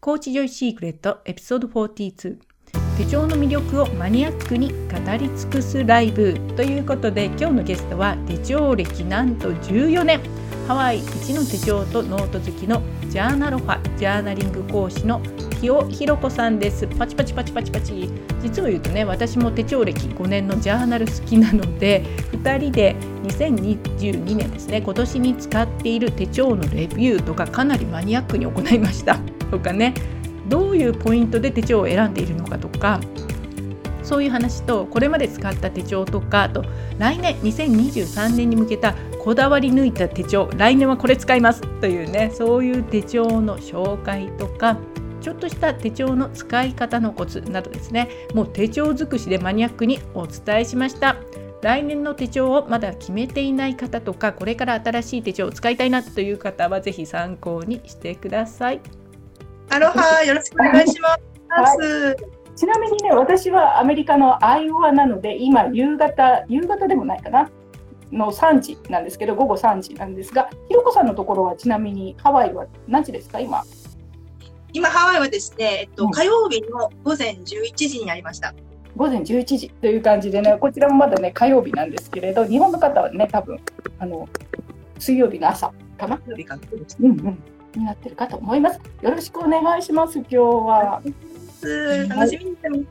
コーチジョイシークレットエピソード42、手帳の魅力をマニアックに語り尽くすライブということで、今日のゲストは手帳歴なんと14年、ハワイ一の手帳とノート好きのジャーナロファジャーナリング講師の日尾弘子さんです。パチパチパチパチパチ。実を言うとね、私も手帳歴5年のジャーナル好きなので、2人で2022年ですね、今年に使っている手帳のレビューとかかなりマニアックに行いましたとかね、どういうポイントで手帳を選んでいるのかとか、そういう話と、これまで使った手帳とか、あと来年2023年に向けたこだわり抜いた手帳、来年はこれ使いますというね、そういう手帳の紹介とか、ちょっとした手帳の使い方のコツなどですね、もう手帳尽くしでマニアックにお伝えしました。来年の手帳をまだ決めていない方とか、これから新しい手帳を使いたいなという方はぜひ参考にしてください。 アロハ、よろしくお願いします。 はい、ちなみにね、私はアメリカのアイオワなので、今夕方でもないかなの3時なんですけど、午後3時なんですが、ひろこさんのところはちなみにハワイは何時ですか？ 今ハワイはですね、火曜日の午前11時になりました。 午前11時という感じでね、こちらもまだね火曜日なんですけれど、日本の方はね多分水曜日の朝かな、になってるかと思います。よろしくお願いします。今日は楽しみにしてました。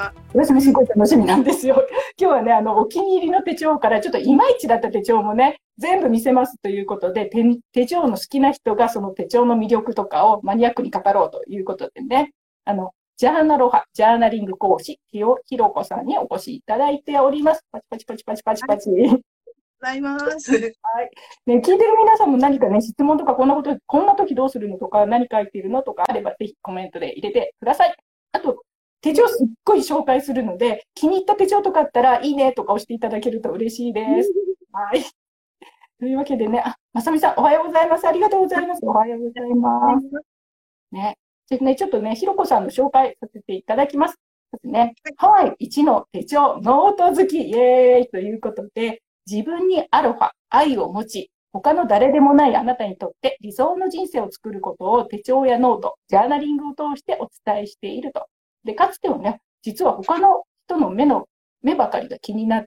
私もすごい楽しみなんですよ。今日はね、お気に入りの手帳からちょっといまいちだった手帳もね、全部見せますということで、手帳の好きな人がその手帳の魅力とかをマニアックに語ろうということでね、ジャーナロハ、ジャーナリング講師、日尾弘子さんにお越しいただいております。パチパチパチパチパチパチ。 ございます。はい。 ね、聞いてる皆さんも何かね、質問とかこんな時どうするのとか、何書いているのとかあれば、ぜひコメントで入れてください。あと、手帳すっごい紹介するので、気に入った手帳とかあったら、いいねとか押していただけると嬉しいです。はい。というわけでね、まさみさん、おはようございます。ありがとうございます。おはようございます。ね。でね、ちょっとね、ひろこさんの紹介させていただきます。ですね、ハワイ一の手帳、ノート好き、イエーイということで、自分にアロハ、愛を持ち、他の誰でもないあなたにとって理想の人生を作ることを手帳やノート、ジャーナリングを通してお伝えしていると。で、かつてはね、実は他の人の目ばかりが気になって、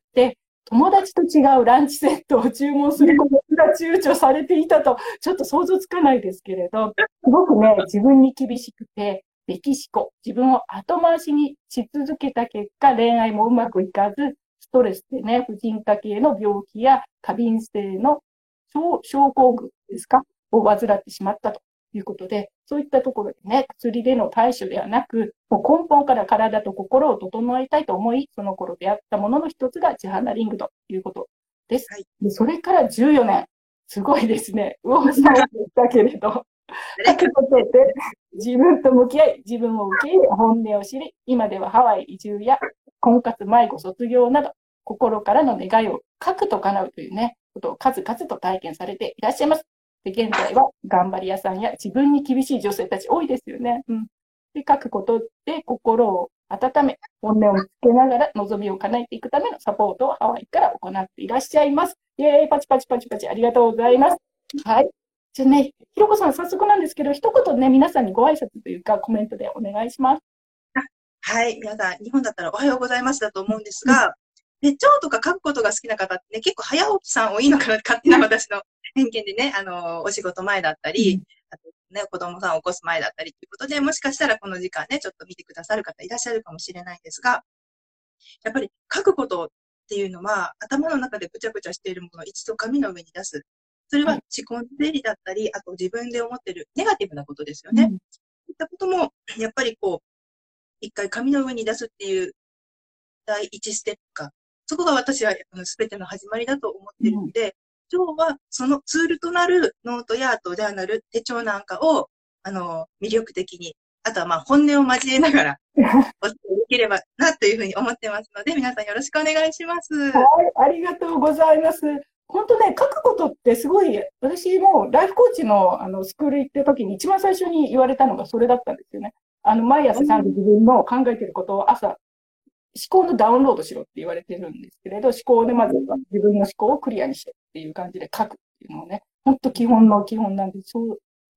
友達と違うランチセットを注文することが躊躇されていたと、ちょっと想像つかないですけれど、すごくね、自分に厳しくて、べきしこ、自分を後回しにし続けた結果、恋愛もうまくいかず、ストレスでね、婦人科系の病気や過敏性の症候群ですかを患ってしまったということで、そういったところでね、薬での対処ではなく、もう根本から体と心を整えたいと思い、その頃出会ったものの一つがジャーナリングということです。はい、でそれから14年、すごいですね、右往左往したけれど、覚悟で自分と向き合い、自分を受け入れ、本音を知り、今ではハワイ移住や婚活、迷子、卒業など、心からの願いを書くと叶うというね、ことを数々と体験されていらっしゃいます。で、現在は頑張り屋さんや自分に厳しい女性たち多いですよね。で、書くことで心を温め、本音を見つけながら望みを叶えていくためのサポートをハワイから行っていらっしゃいます。イエーイ、パチパチパチパチ、ありがとうございます。はい。じゃあね、ひろこさん、早速なんですけど、一言ね、皆さんにご挨拶というか、コメントでお願いします。 はい、皆さん、日本だったらおはようございますだと思うんですが、手帳とか書くことが好きな方ってね、結構早起きさん多いのかな、勝手な私の偏見でね、お仕事前だったり、あとね、子供さんを起こす前だったりということで、もしかしたらこの時間ね、ちょっと見てくださる方いらっしゃるかもしれないんですが、やっぱり書くことっていうのは、頭の中でぐちゃぐちゃしているものを一度紙の上に出す。それは思考の整理だったり、あと自分で思っているネガティブなことですよね。そういったことも、やっぱりこう、一回紙の上に出すっていう第一ステップか。そこが私は全ての始まりだと思っているので、今日はそのツールとなるノートやあとジャーナル、手帳なんかを、魅力的に、あとは本音を交えながら、お伝えできればなというふうに思ってますので、皆さんよろしくお願いします。 はい、ありがとうございます。本当ね、書くことってすごい、私もライフコーチのスクール行った時に一番最初に言われたのがそれだったんですよね。毎朝ちゃんと自分の考えていることを思考のダウンロードしろって言われてるんですけれど、思考でまずは自分の思考をクリアにしてっていう感じで書くっていうのをね、本当基本の基本なんで、そう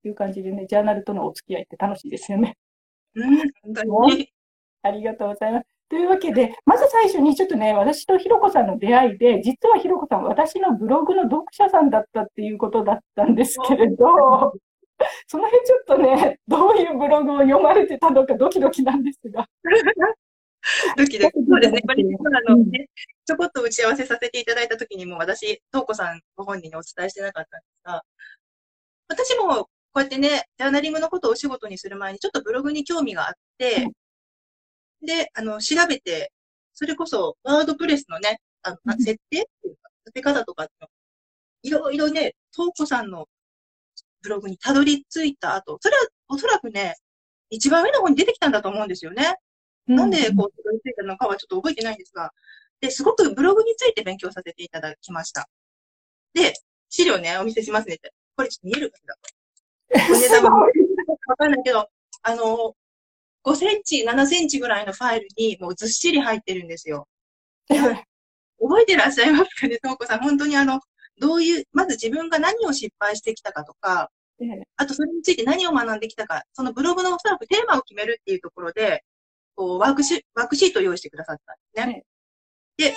いう感じでね、ジャーナルとのお付き合いって楽しいですよね。 本当に。 ありがとうございます。というわけで、まず最初にちょっとね、私とひろこさんの出会いで、実はひろこさん、私のブログの読者さんだったっていうことだったんですけれど、その辺ちょっとね、どういうブログを読まれてたのかドキドキなんですが。 ドキドキ。そうですね。これ、ちょこっと打ち合わせさせていただいたときにも、私、東子さんご本人にお伝えしてなかったんですが、私もこうやってね、ジャーナリングのことをお仕事にする前に、ちょっとブログに興味があって、で、調べて、それこそ、ワードプレスのね、設定っていうか、立て方とかっていろいろね、東子さんのブログにたどり着いた後、それはおそらくね、一番上の方に出てきたんだと思うんですよね。なんでこう、たどり着いたのかはちょっと覚えてないんですが、で、すごくブログについて勉強させていただきました。で、資料ね、お見せしますねって。これちょっと見えるかしら。お値段もわかんないけど、5センチ、7センチぐらいのファイルにもうずっしり入ってるんですよ。覚えてらっしゃいますかね、ともこさん。本当にどういう、まず自分が何を失敗してきたかとか、あとそれについて何を学んできたか、そのブログのおそらくテーマを決めるっていうところで、こう、ワークシートを用意してくださったんですね。で、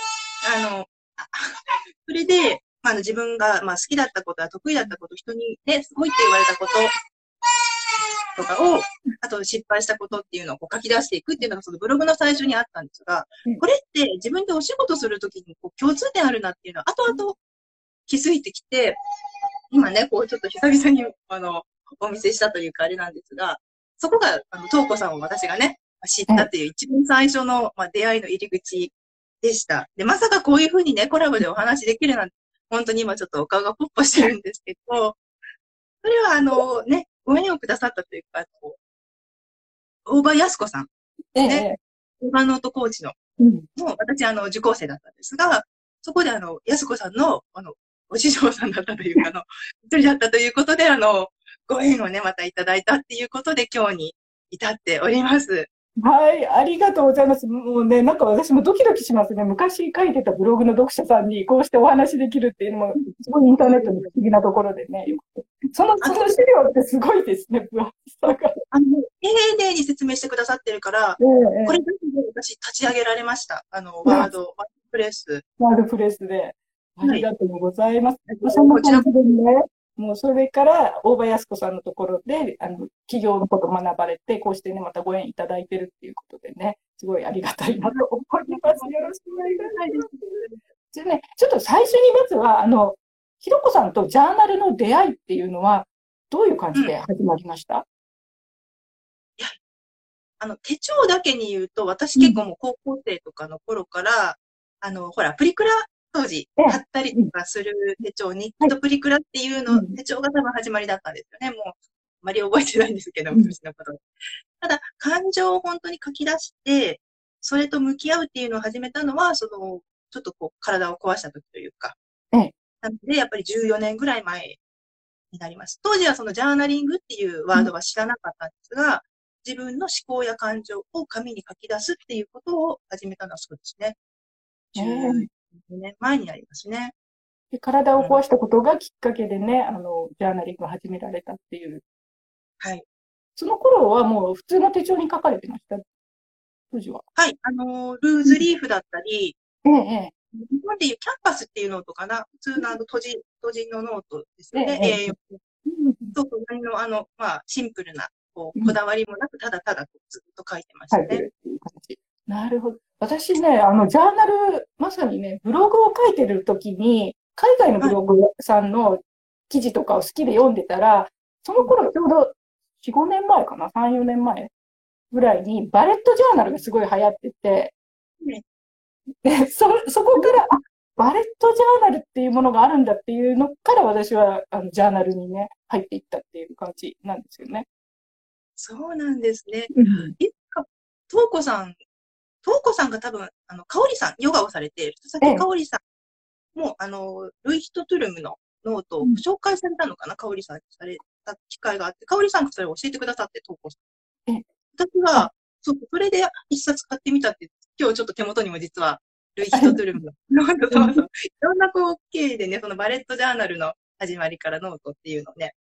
それで、自分が、好きだったことや得意だったこと、人にね、すごいって言われたこととかを、あと失敗したことっていうのをこう書き出していくっていうのがそのブログの最初にあったんですが、これって自分でお仕事するときにこう共通点あるなっていうのは後々気づいてきて、今ね、こうちょっと久々にお見せしたというかあれなんですが、そこが東子さんを私がね、知ったっていう一番最初の、出会いの入り口でした。で、まさかこういうふうにね、コラボでお話できるなんて、本当に今ちょっとお顔がポッポしてるんですけど、それはね、ご縁をくださったというか、大場靖子さん。ね。大場ノートコーチの。もう私受講生だったんですが、そこで靖子さんの、お師匠さんだったというか、一人だったということで、ご縁をね、またいただいたっていうことで今日に至っております。 はい、ありがとうございます。もうね、なんか私もドキドキしますね。昔書いてたブログの読者さんにこうしてお話できるっていうのも、すごいインターネットの不思議なところでね。その資料ってすごいですね、分厚さが。 丁寧に説明してくださってるから、これだけで私立ち上げられました。ワードプレス。 ワードプレスで。ありがとうございます。そんな感じでね。もうそれから大場靖子さんのところで企業のことを学ばれて、こうしてね、またご縁いただいてるっていうことでね、すごいありがたいなと思います。よろしくお願いします。じゃあね、ちょっと最初にまずは、ひろこさんとジャーナルの出会いっていうのは、どういう感じで始まりました？ いや、手帳だけに言うと、私結構もう高校生とかの頃から、ほら、プリクラ当時、貼ったりとかする手帳、日記とプリクラっていうの、手帳が多分始まりだったんですよね。もう、あまり覚えてないんですけど、昔のこと。ただ、感情を本当に書き出して、それと向き合うっていうのを始めたのは、ちょっとこう、体を壊した時というか。なので、やっぱり14年ぐらい前になります。当時はそのジャーナリングっていうワードは知らなかったんですが、自分の思考や感情を紙に書き出すっていうことを始めたのはそうですね。14年前になりますね。 で、体を壊したことがきっかけでね、ジャーナリングを始められたっていう。 はい。 その頃はもう普通の手帳に書かれてました？当時は。 はい。ルーズリーフだったり、日本でいうキャンパスっていうノートかな。普通の閉じのノートですよね。と、隣のシンプルな、こだわりもなく、ただただずっと書いてましたね。 なるほど。私ね、ジャーナル、まさにね、ブログを書いてるときに、海外のブログさんの記事とかを好きで読んでたら、その頃ちょうど4、5年前かな、3、4年前ぐらいに、バレットジャーナルがすごい流行ってて、でそこから、バレットジャーナルっていうものがあるんだっていうのから私はジャーナルにね、入っていったっていう感じなんですよね。 そうなんですね。いつか、東子さんが多分、香織さん、ヨガをされて、佐々木香織さんも、ルイ・ヒトトゥルムのノートを紹介されたのかな、香織さんにされた機会があって、香織さんがそれを教えてくださって、東子さん。私は、それで一冊買ってみたって、今日ちょっと手元にも実は、ルイ・ヒトトゥルムのノート、いろんな経緯でね、そのバレットジャーナルの始まりからノートっていうのをね、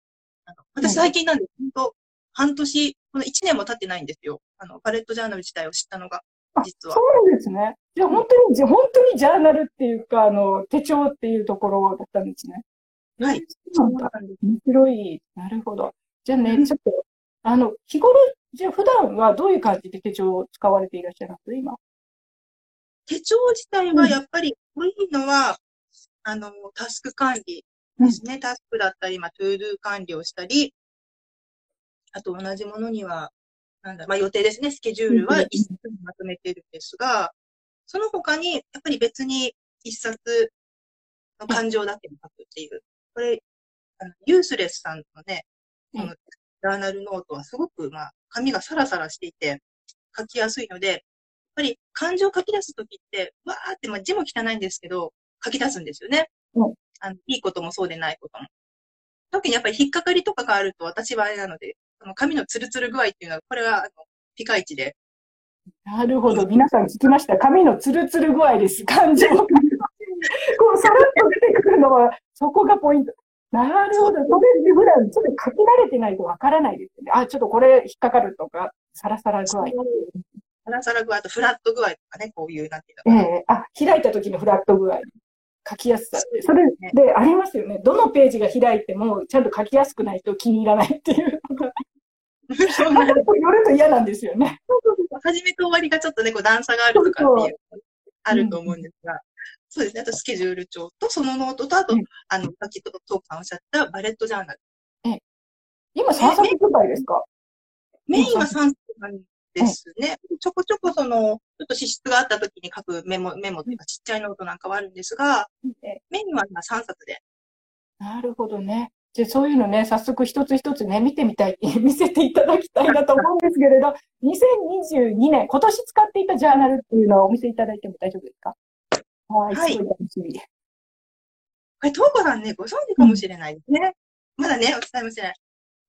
私最近なんです。本当半年、この1年も経ってないんですよ。パレットジャーナル自体を知ったのが、実は。 そうなんですね。じゃあ本当にジャーナルっていうか、手帳っていうところだったんですね。 はい。 そうなんです。面白い。なるほど。じゃあね、ちょっと、日頃、じゃあ普段はどういう感じで手帳を使われていらっしゃいます今？ 手帳自体はやっぱり多いのは、タスク管理ですね。タスクだったり、トゥードゥ管理をしたり、あと同じものには、予定ですね。スケジュールは一冊にまとめてるんですが、その他に、やっぱり別に一冊の感情だけに書くっていう。これ、ユースレスさんのね、このジャーナルノートはすごく、紙がサラサラしていて、書きやすいので、やっぱり感情を書き出すときって、わーって、字も汚いんですけど、書き出すんですよね。いいこともそうでないことも。特にやっぱり引っかかりとかがあると私はあれなので、紙のツルツル具合っていうのは、これは、ピカイチで。 なるほど。皆さん聞きました。紙のツルツル具合です。感情が。こう、さらっと出てくるのは、そこがポイント。なるほど。それって普段、ちょっと書き慣れてないとわからないですね。ちょっとこれ引っかかるとか、サラサラ具合。 サラサラ具合とフラット具合とかね、こういう、なんていうの。開いた時のフラット具合。書きやすさって。それでありますよね。どのページが開いても、ちゃんと書きやすくないと気に入らないっていうのが。そうなんです。寄ると嫌なんですよね。 初めと終わりがちょっとね、こう段差があるとかっていう、あると思うんですが、そうですね。あとスケジュール帳とそのノートと、あと、さっきトーカンおっしゃったバレットジャーナル。 今3冊ぐらいですか？ メインは3冊なんですね。ちょこちょこちょっと支出があった時に書くメモというかちっちゃいノートなんかはあるんですが、メインは今3冊で。 なるほどね。じゃあそういうのね、早速一つ一つね、見せていただきたいなと思うんですけれど、2022年、今年使っていたジャーナルっていうのをお見せいただいても大丈夫ですか？はい。すごい楽しみ。 これ、トーコさんね、ご存知かもしれないですね。まだね、お伝えもしれない。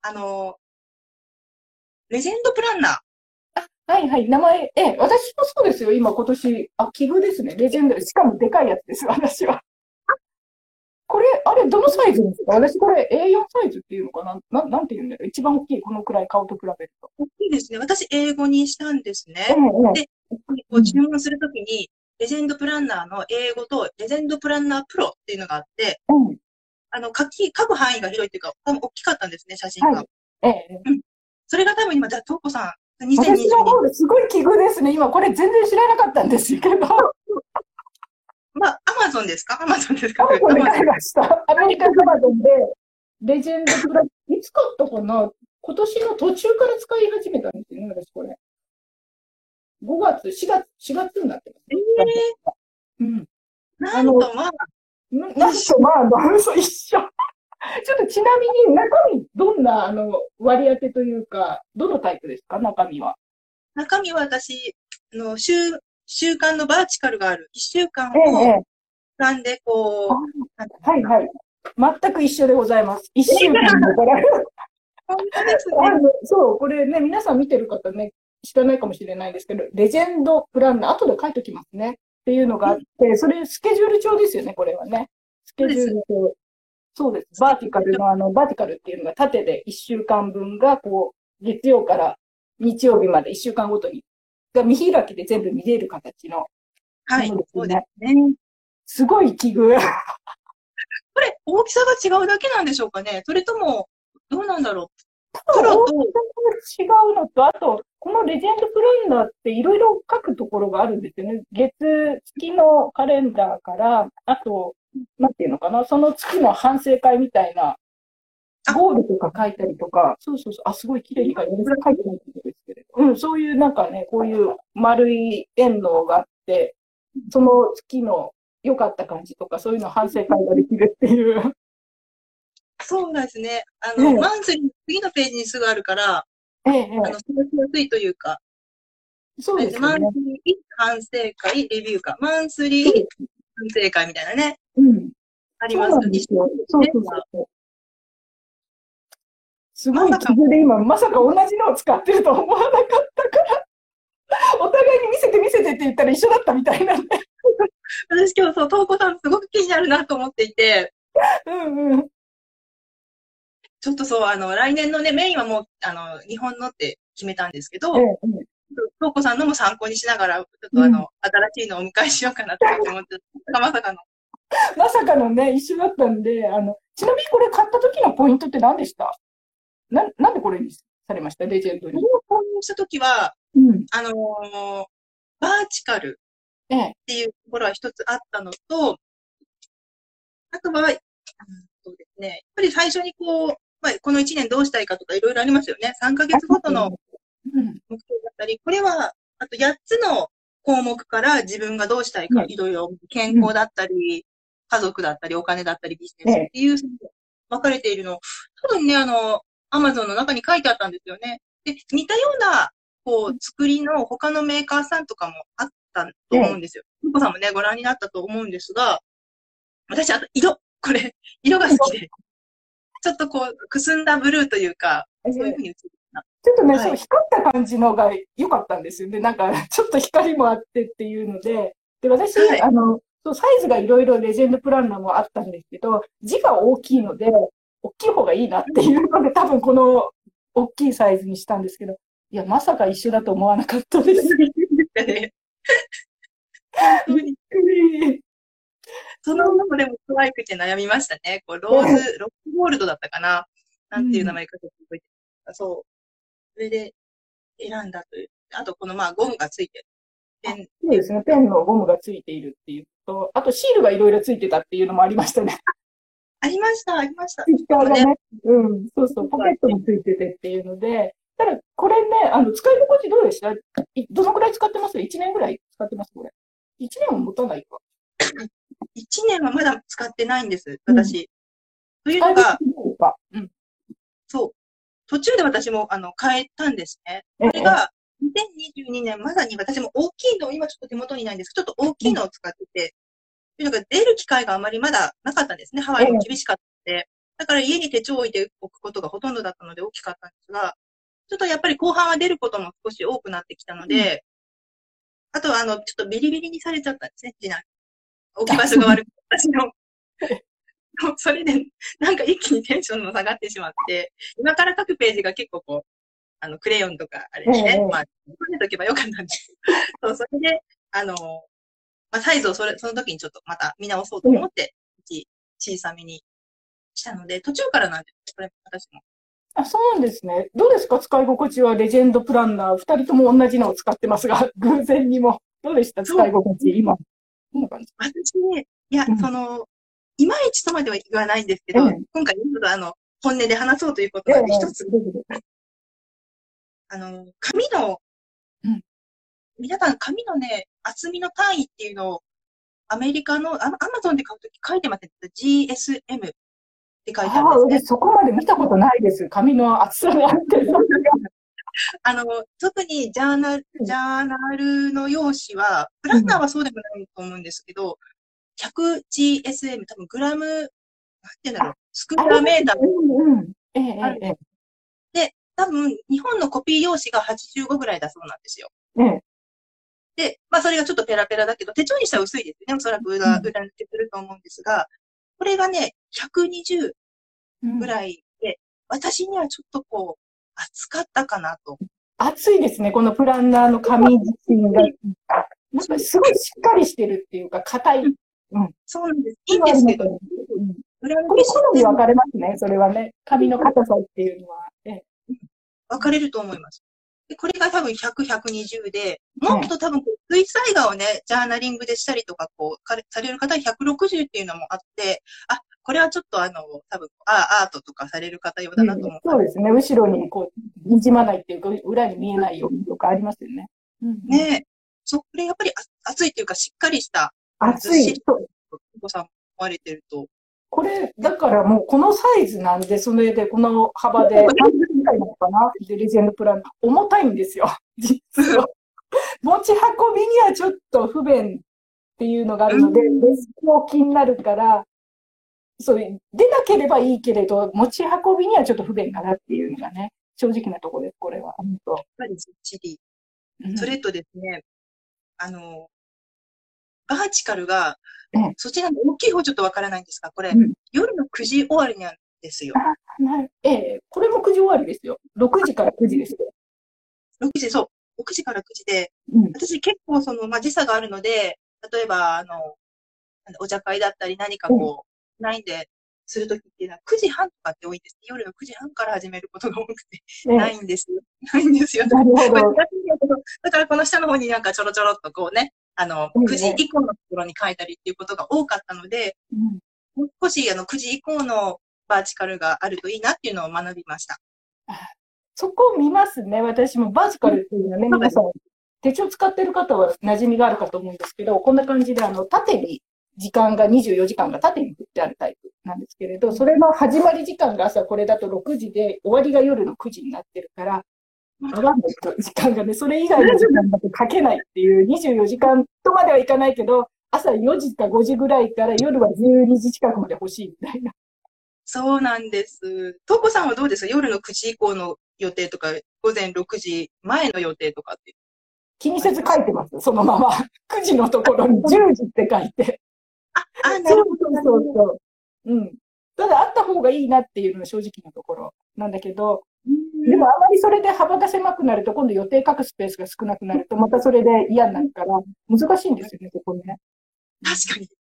レジェンドプランナー。 はいはい。名前、私もそうですよ。今奇遇ですね。レジェンド。しかもでかいやつです、私は。これ、どのサイズですか？私これ A4 サイズっていうのかな？なんて言うんだろう。一番大きい、このくらい顔と比べると。 大きいですね。私、英語にしたんですね。で、注文するときに、レジェンドプランナーの英語と、レジェンドプランナープロっていうのがあって、書く範囲が広いっていうか、多分大きかったんですね、写真が。それが多分今、じゃあ、トーコさん、2022 年。私の方ですごい奇遇ですね。今、これ全然知らなかったんですけど。 アマゾンですか？アマゾンですか？ アマゾンで買いました。アメリカアマゾンで、レジェンドプラン、いつ買ったかな？今年の途中から使い始めたんですよね、私これ。4月になってます。 なんとそう一緒。ちょっとちなみに中身、どんな割り当てというか、どのタイプですか、中身は？ 中身は私、週間のバーチカルがある。1週間を間でこう、 はいはい。全く一緒でございます。1週間だから。 本当ですね。 そう、これね、皆さん見てる方ね、知らないかもしれないですけど、レジェンドプランナー、後で書いときますね。っていうのがあって、それ、スケジュール帳ですよね、これはね。スケジュール帳。そうです。バーティカルっていうのが縦で1週間分が、こう、月曜から日曜日まで1週間ごとに、が見開きで全部見れる形の。 はい、そうですね。 すごい奇遇。 これ、大きさが違うだけなんでしょうかね？それとも、どうなんだろう？ プロと。違うのと、あと、このレジェンドプランナーっていろいろ書くところがあるんですよね。月のカレンダーから、あと、なんていうのかな、その月の反省会みたいな、ゴールとか書いたりとか、そう。すごい綺麗に書いて、書いてないんですけれど。そういうなんかね、こういう丸い円のがあって、その月の良かった感じとか、そういうの反省会ができるっていう。 そうですね。マンスリー、次のページにすぐあるから、過ごしやすいというか。 そうですね。 マンスリー反省会、レビューか。マンスリー反省会みたいなね。ありますよ。そう。すごい奇遇で今、まさか同じのを使ってると思わなかったから、お互いに見せてって言ったら一緒だったみたいなんで。 私今日トーコさんすごく気になるなと思っていて。 ちょっとそう、来年のね、メインはもう、日本のって決めたんですけど、東子さんのも参考にしながら、ちょっと新しいのをお迎えしようかなと思って、まさかの。 まさかのね、一緒だったんで、ちなみにこれ買った時のポイントって何でした？なんでこれにされました？レジェンドに。 これを購入した時は、バーチカルっていうところは一つあったのと、あとは、そうですね、やっぱり最初にこう、この1年どうしたいかとかいろいろありますよね。3ヶ月ごとの目標だったり、これは、あと8つの項目から自分がどうしたいか、いろいろ健康だったり、家族だったり、お金だったり、ビジネスっていう、分かれているの、多分ね、アマゾンの中に書いてあったんですよね。で、似たような、こう、作りの他のメーカーさんとかもあったと思うんですよ。みこさんもね、ご覧になったと思うんですが、私、これ、色が好きで、ちょっとこう、くすんだブルーというか、そういうふうに映るな。 ちょっとね、そう、光った感じのが良かったんですよね。なんか、ちょっと光もあってっていうので、で、私、そう、サイズがいろいろレジェンドプランナーもあったんですけど、字が大きいので、大きい方がいいなっていうので、多分この大きいサイズにしたんですけど、いや、まさか一緒だと思わなかったです。びっくり。 そのままでも可愛くて悩みましたね。こうロックゴールドだったかな。なんていう名前かちょっと覚えてる。そう。それで選んだという。あと、このゴムがついてる。 そうですね。ペンのゴムがついているっていうと、あとシールがいろいろついてたっていうのもありましたね。 ありました、ありました。 ステッカーがね。そうそう、ポケットもついててっていうので、ただ、これね、使い心地どうでした？どのくらい使ってます？ 1 年ぐらい使ってます？これ。1年も持たないか。 1年はまだ使ってないんです、私。というのが、そう。途中で私も、変えたんですね。これが、2022年、まさに私も大きいのを、今ちょっと手元にないんですけど、ちょっと大きいのを使ってて、というのが出る機会があまりまだなかったんですね。ハワイも厳しかったので。だから家に手帳を置いておくことがほとんどだったので大きかったんですが、ちょっとやっぱり後半は出ることも少し多くなってきたので、あとはちょっとビリビリにされちゃったんですね、次男。置き場所が悪くて、私の。それで、なんか一気にテンションも下がってしまって、今から書くページが結構こう、クレヨンとか、あれね、読んでおけばよかったんです。そう、それで、サイズをその時にちょっとまた見直そうと思って、小さめにしたので、途中からなんです、これ、私も。 あ、そうなんですね。どうですか？使い心地は。レジェンドプランナー、2人とも同じのを使ってますが、偶然にも。どうでした？使い心地、今。どんな感じ？ 私ね、いや、いまいちとまでは言わないんですけど、今回ちょっと本音で話そうということが一つ。紙の、皆さん紙のね、厚みの単位っていうのを、アメリカの、アマゾンで買うとき書いてますね。GSM って書いてあるんですね。 そこまで見たことないです。紙の厚さがあってる。 特にジャーナルの用紙は、プランナーはそうでもないと思うんですけど、100GSM、多分グラム、なんて言うんだろう、スクラメーター。で、多分、日本のコピー用紙が85ぐらいだそうなんですよ。で、それがちょっとペラペラだけど、手帳にしたら薄いですよね。おそらく裏抜けてると思うんですが、これがね、120ぐらいで、私にはちょっとこう、厚かったかなと。 厚いですね、このプランナーの紙自身が。なんかすごいしっかりしてるっていうか、硬い。 そうなんです。いいんですけど。 これ好み分かれますね、それはね。紙の硬さっていうのは。 分かれると思います。でこれが多分100、120で、もっと多分、水彩画をね、ジャーナリングでしたりとか、こう、される方は160っていうのもあって、これはちょっと多分、アートとかされる方用だなと思う。 そうですね。後ろにこう、にじまないっていうか、裏に見えないようにとかありますよね。 ねえ。これやっぱり厚いっていうか、しっかりした。 厚い。 お子さん思われてると。 これ、だからもうこのサイズなんで、それでこの幅で、何分くらいなのかなで、レジェンドプラン、重たいんですよ。実は。持ち運びにはちょっと不便っていうのがあるので、デスク置きになるから、そう、出なければいいけれど、持ち運びにはちょっと不便かなっていうのがね、正直なところです、これは。本当。 やっぱりずっちり。それとですね、バーチカルが、そちらの大きい方ちょっとわからないんですが、これ、夜の9時終わりにはですよ。 これも9時終わりですよ。6時から9時ですよ。 6時、そう。6時から9時で、 うん。 私結構時差があるので、例えば、お茶会だったり何かこう、ないんで、するときっていうのは9時半とかって多いんです。夜の9時半から始めることが多くて、ないんですよ。ないんですよ。 なるほど。 だからこの下の方になんかちょろちょろっとこうね、9時以降のところに書いたりっていうことが多かったので、もう少し9時以降のバーチカルがあるといいなっていうのを学びました。 そこを見ますね。私もバーチカルっていうのはね、皆さん、手帳使ってる方は馴染みがあるかと思うんですけど、こんな感じで、縦に時間が24時間が縦に振ってあるタイプなんですけれど、それの始まり時間が朝これだと6時で、終わりが夜の9時になってるから、合わないと時間がね、それ以外の時間だと書けないっていう、24時間とまではいかないけど、朝4時か5時ぐらいから夜は12時近くまで欲しいみたいな。 そうなんです。とうこさんはどうですか？夜の9時以降の予定とか、午前6時前の予定とかって。 気にせず書いてます、そのまま。9時のところに10時って書いて。 なるほど。 そうそう。うん。ただあった方がいいなっていうのが正直なところなんだけど、でもあまりそれで幅が狭くなると、今度予定書くスペースが少なくなると、またそれで嫌になるから、難しいんですよね、そこね。 確かに。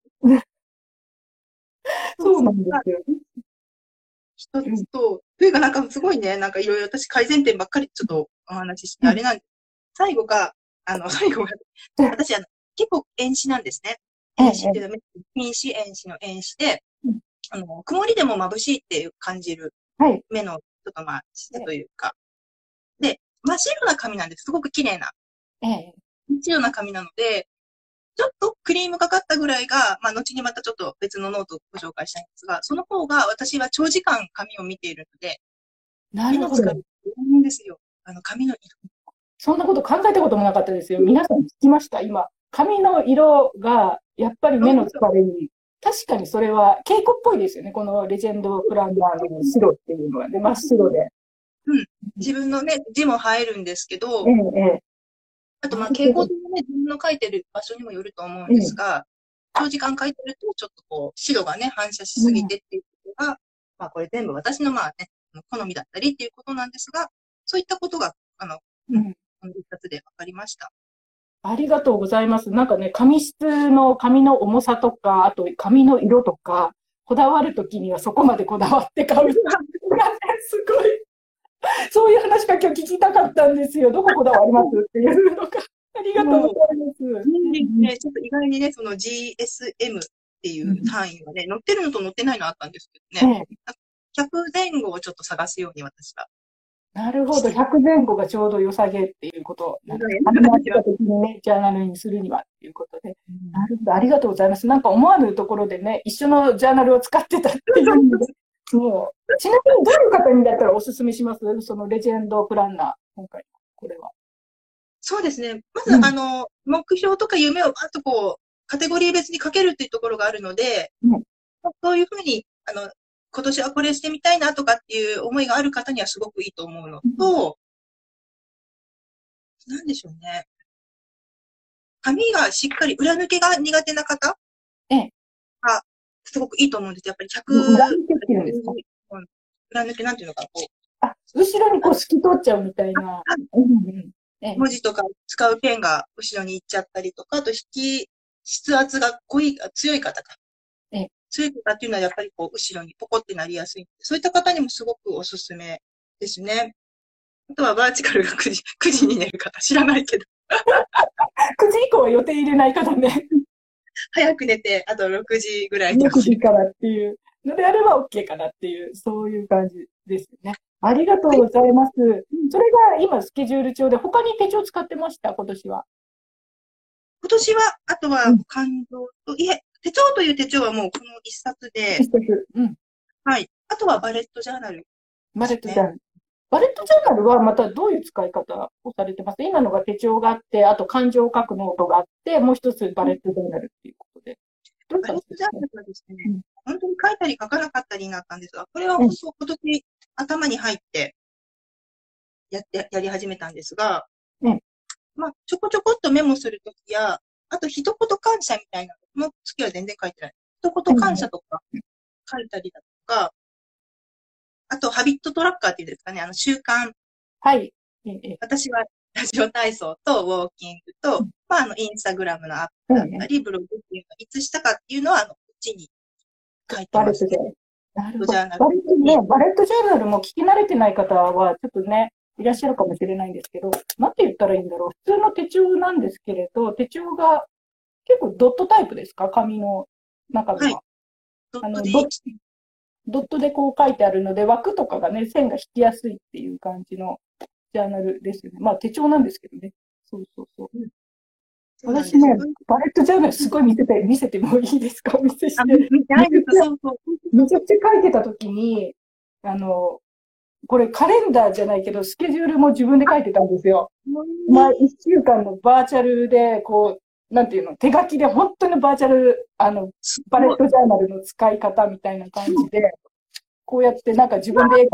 そうなんですよ。 一つと、というかなんかすごいね、なんかいろいろ私改善点ばっかりちょっとお話しして、あれなんです。最後が、私結構遠視なんですね。遠視っていうのは、近視、遠視の遠視で、曇りでも眩しいっていう感じる、目のちょっと質というか。で、真っ白な髪なんです。すごく綺麗な。真っ白な髪なので、ちょっとクリームかかったぐらいが、後にまたちょっと別のノートをご紹介したいんですが、その方が私は長時間髪を見ているので、 なるほど。 いいんですよ。髪の色。 そんなこと考えたこともなかったですよ。皆さん聞きました？今。髪の色が、やっぱり目の疲れに。確かにそれは稽古っぽいですよね。このレジェンドプランナーの白っていうのはね、真っ白で。 自分のね、字も入るんですけど、あと傾向とね、自分の書いてる場所にもよると思うんですが、長時間書いてると、ちょっとこう、白がね、反射しすぎてっていうことが、これ全部私の好みだったりっていうことなんですが、そういったことが、この一冊で分かりました。 ありがとうございます。なんかね、髪質の髪の重さとか、あと髪の色とか、こだわるときにはそこまでこだわって買う。すごい。そういう話が今日聞きたかったんですよ。どここだわりますっていうのが。ありがとうございます。 ちょっと意外にね、その GSM っていう単位がね、載ってるのと載ってないのあったんですけどね。100前後をちょっと探すように私は。 なるほど。100前後がちょうど良さげっていうことなんですね。的にね、ジャーナルにするにはっていうことで。なるほど。ありがとうございます。なんか思わぬところでね、一緒のジャーナルを使ってたっていうので。もう、ちなみにどういう方にだったらおすすめします？そのレジェンドプランナー、今回、これは。 そうですね。まず、目標とか夢をバッとこう、カテゴリー別に書けるっていうところがあるので、そういうふうに、今年はこれしてみたいなとかっていう思いがある方にはすごくいいと思うのと、なんでしょうね。髪がしっかり裏抜けが苦手な方がすごくいいと思うんですよ。やっぱり裏抜けっていうんですか？ 裏抜けなんていうのか、こう。後ろにこう透き通っちゃうみたいな。 文字とか使うペンが後ろに行っちゃったりとか、あと筆圧が強い方か。強い方っていうのはやっぱりこう後ろにポコってなりやすい。そういった方にもすごくおすすめですね。あとはバーチカルが9時に寝る方知らないけど。 9時以降は予定入れない方ね。 早く寝て、あと6時ぐらいに起きる。6時からっていうのであれば OK かなっていう、そういう感じですね。ありがとうございます。それが今スケジュール帳で、他に手帳使ってました？今年は。 今年は、あとは感動と、手帳という手帳はもうこの一冊で。はい。あとはバレットジャーナル。 バレットジャーナル。バレットジャーナルはまたどういう使い方をされてます？今のが手帳があって、あと感情を書くノートがあって、もう一つバレットジャーナルっていうことで。 バレットジャーナルはですね、本当に書いたり書かなかったりになったんですが、これは今年頭に入ってやり始めたんですが、ちょこちょこっとメモするときや、あと一言感謝みたいなのも月は全然書いてない。一言感謝とか書いたりだとか、 あと、ハビットトラッカーっていうんですかね、習慣。 はい。 私はラジオ体操とウォーキングと、インスタグラムのアップだったり、ブログっていうのをいつしたかっていうのは、こっちに書いてますね。 なるほど。バレットジャーナルも聞き慣れてない方は、ちょっとね、いらっしゃるかもしれないんですけど、なんて言ったらいいんだろう。普通の手帳なんですけれど、手帳が結構ドットタイプですか？紙の中では。はい、ドットでこう書いてあるので、枠とかがね、線が引きやすいっていう感じのジャーナルですよね。まあ手帳なんですけどね。そうそうそう。私ね、バレットジャーナルすごい見せてもいいですか？お見せして。めちゃくちゃ書いてたときに、これカレンダーじゃないけど、スケジュールも自分で書いてたんですよ。まあ、1週間のバーチャルで、こう、なんていうの、手書きで本当にバーチャル、バレットジャーナルの使い方みたいな感じで、こうやってなんか自分で絵描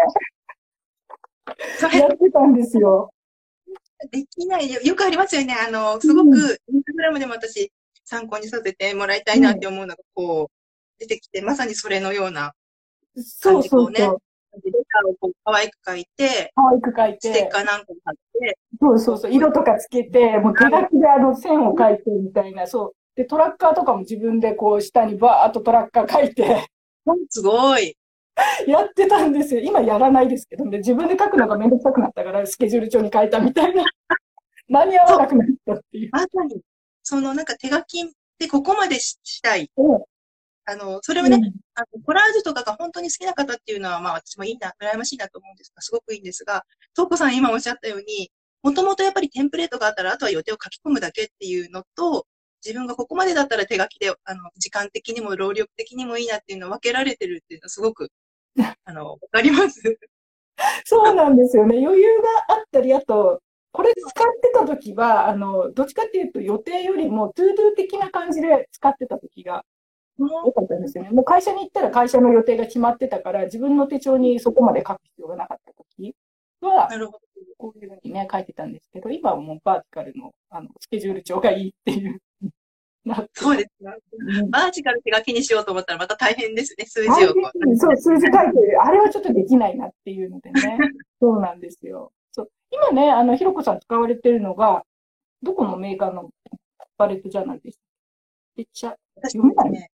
ってね、やってたんですよ。 できないよ。よくありますよね。すごく、インスタグラムでも私、参考にさせてもらいたいなって思うのが、こう、出てきて、まさにそれのような感じをね、レターをこう可愛く書いて、ステッカーなんか貼って、 色とかつけて、もう手書きで線を書いてみたいな、そう。で、トラッカーとかも自分でこう下にバーっとトラッカー書いて。 すごい。 やってたんですよ。今やらないですけどね。自分で書くのがめんどくさくなったから、スケジュール帳に書いたみたいな。間に合わなくなったっていう。 まさに、なんか手書きでここまでしたい。それをね、コラージュとかが本当に好きな方っていうのは、まあ私もいいな、羨ましいなと思うんですが、すごくいいんですが、トーコさん今おっしゃったように、もともとやっぱりテンプレートがあったら、あとは予定を書き込むだけっていうのと、自分がここまでだったら手書きで、時間的にも労力的にもいいなっていうのを分けられてるっていうのはすごく、わかります。 そうなんですよね。余裕があったり、あと、これ使ってた時は、どっちかっていうと予定よりも、トゥードゥ的な感じで使ってた時が多かったんですよね。もう会社に行ったら会社の予定が決まってたから、自分の手帳にそこまで書く必要がなかった時は、こういうふうにね、書いてたんですけど、今はもうバーティカルの、スケジュール帳がいいっていう。 そうですね。バーチカル手書きにしようと思ったらまた大変ですね、数字を。 そう、数字書いてる。あれはちょっとできないなっていうのでね。そうなんですよ。そう今ね、ひろこさん使われてるのが、どこのメーカーのバレットジャーナルですか？めっちゃ読めないね。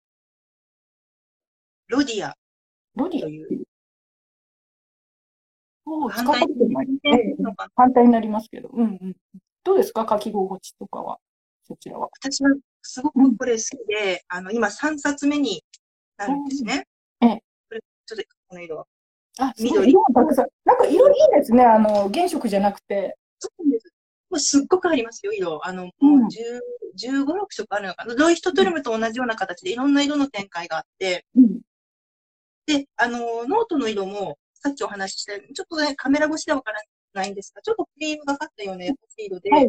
ロディア。 ロディアという。使ったことない。反対になりますけど。どうですか？書き心地とかは。そちらは。 私はすごくこれ好きで、今3冊目になるんですね。これ、ちょっとこの色は。 緑。色もたくさん。なんか色いいですね。原色じゃなくて。 そうなんです。もうすっごくありますよ、色。もう15、6色あるのかな。ロイヒトトルムと同じような形でいろんな色の展開があって、で、ノートの色も、さっきお話ししたように、ちょっとね、カメラ越しではわからないんですが、ちょっとクリームがかったような優しい色で、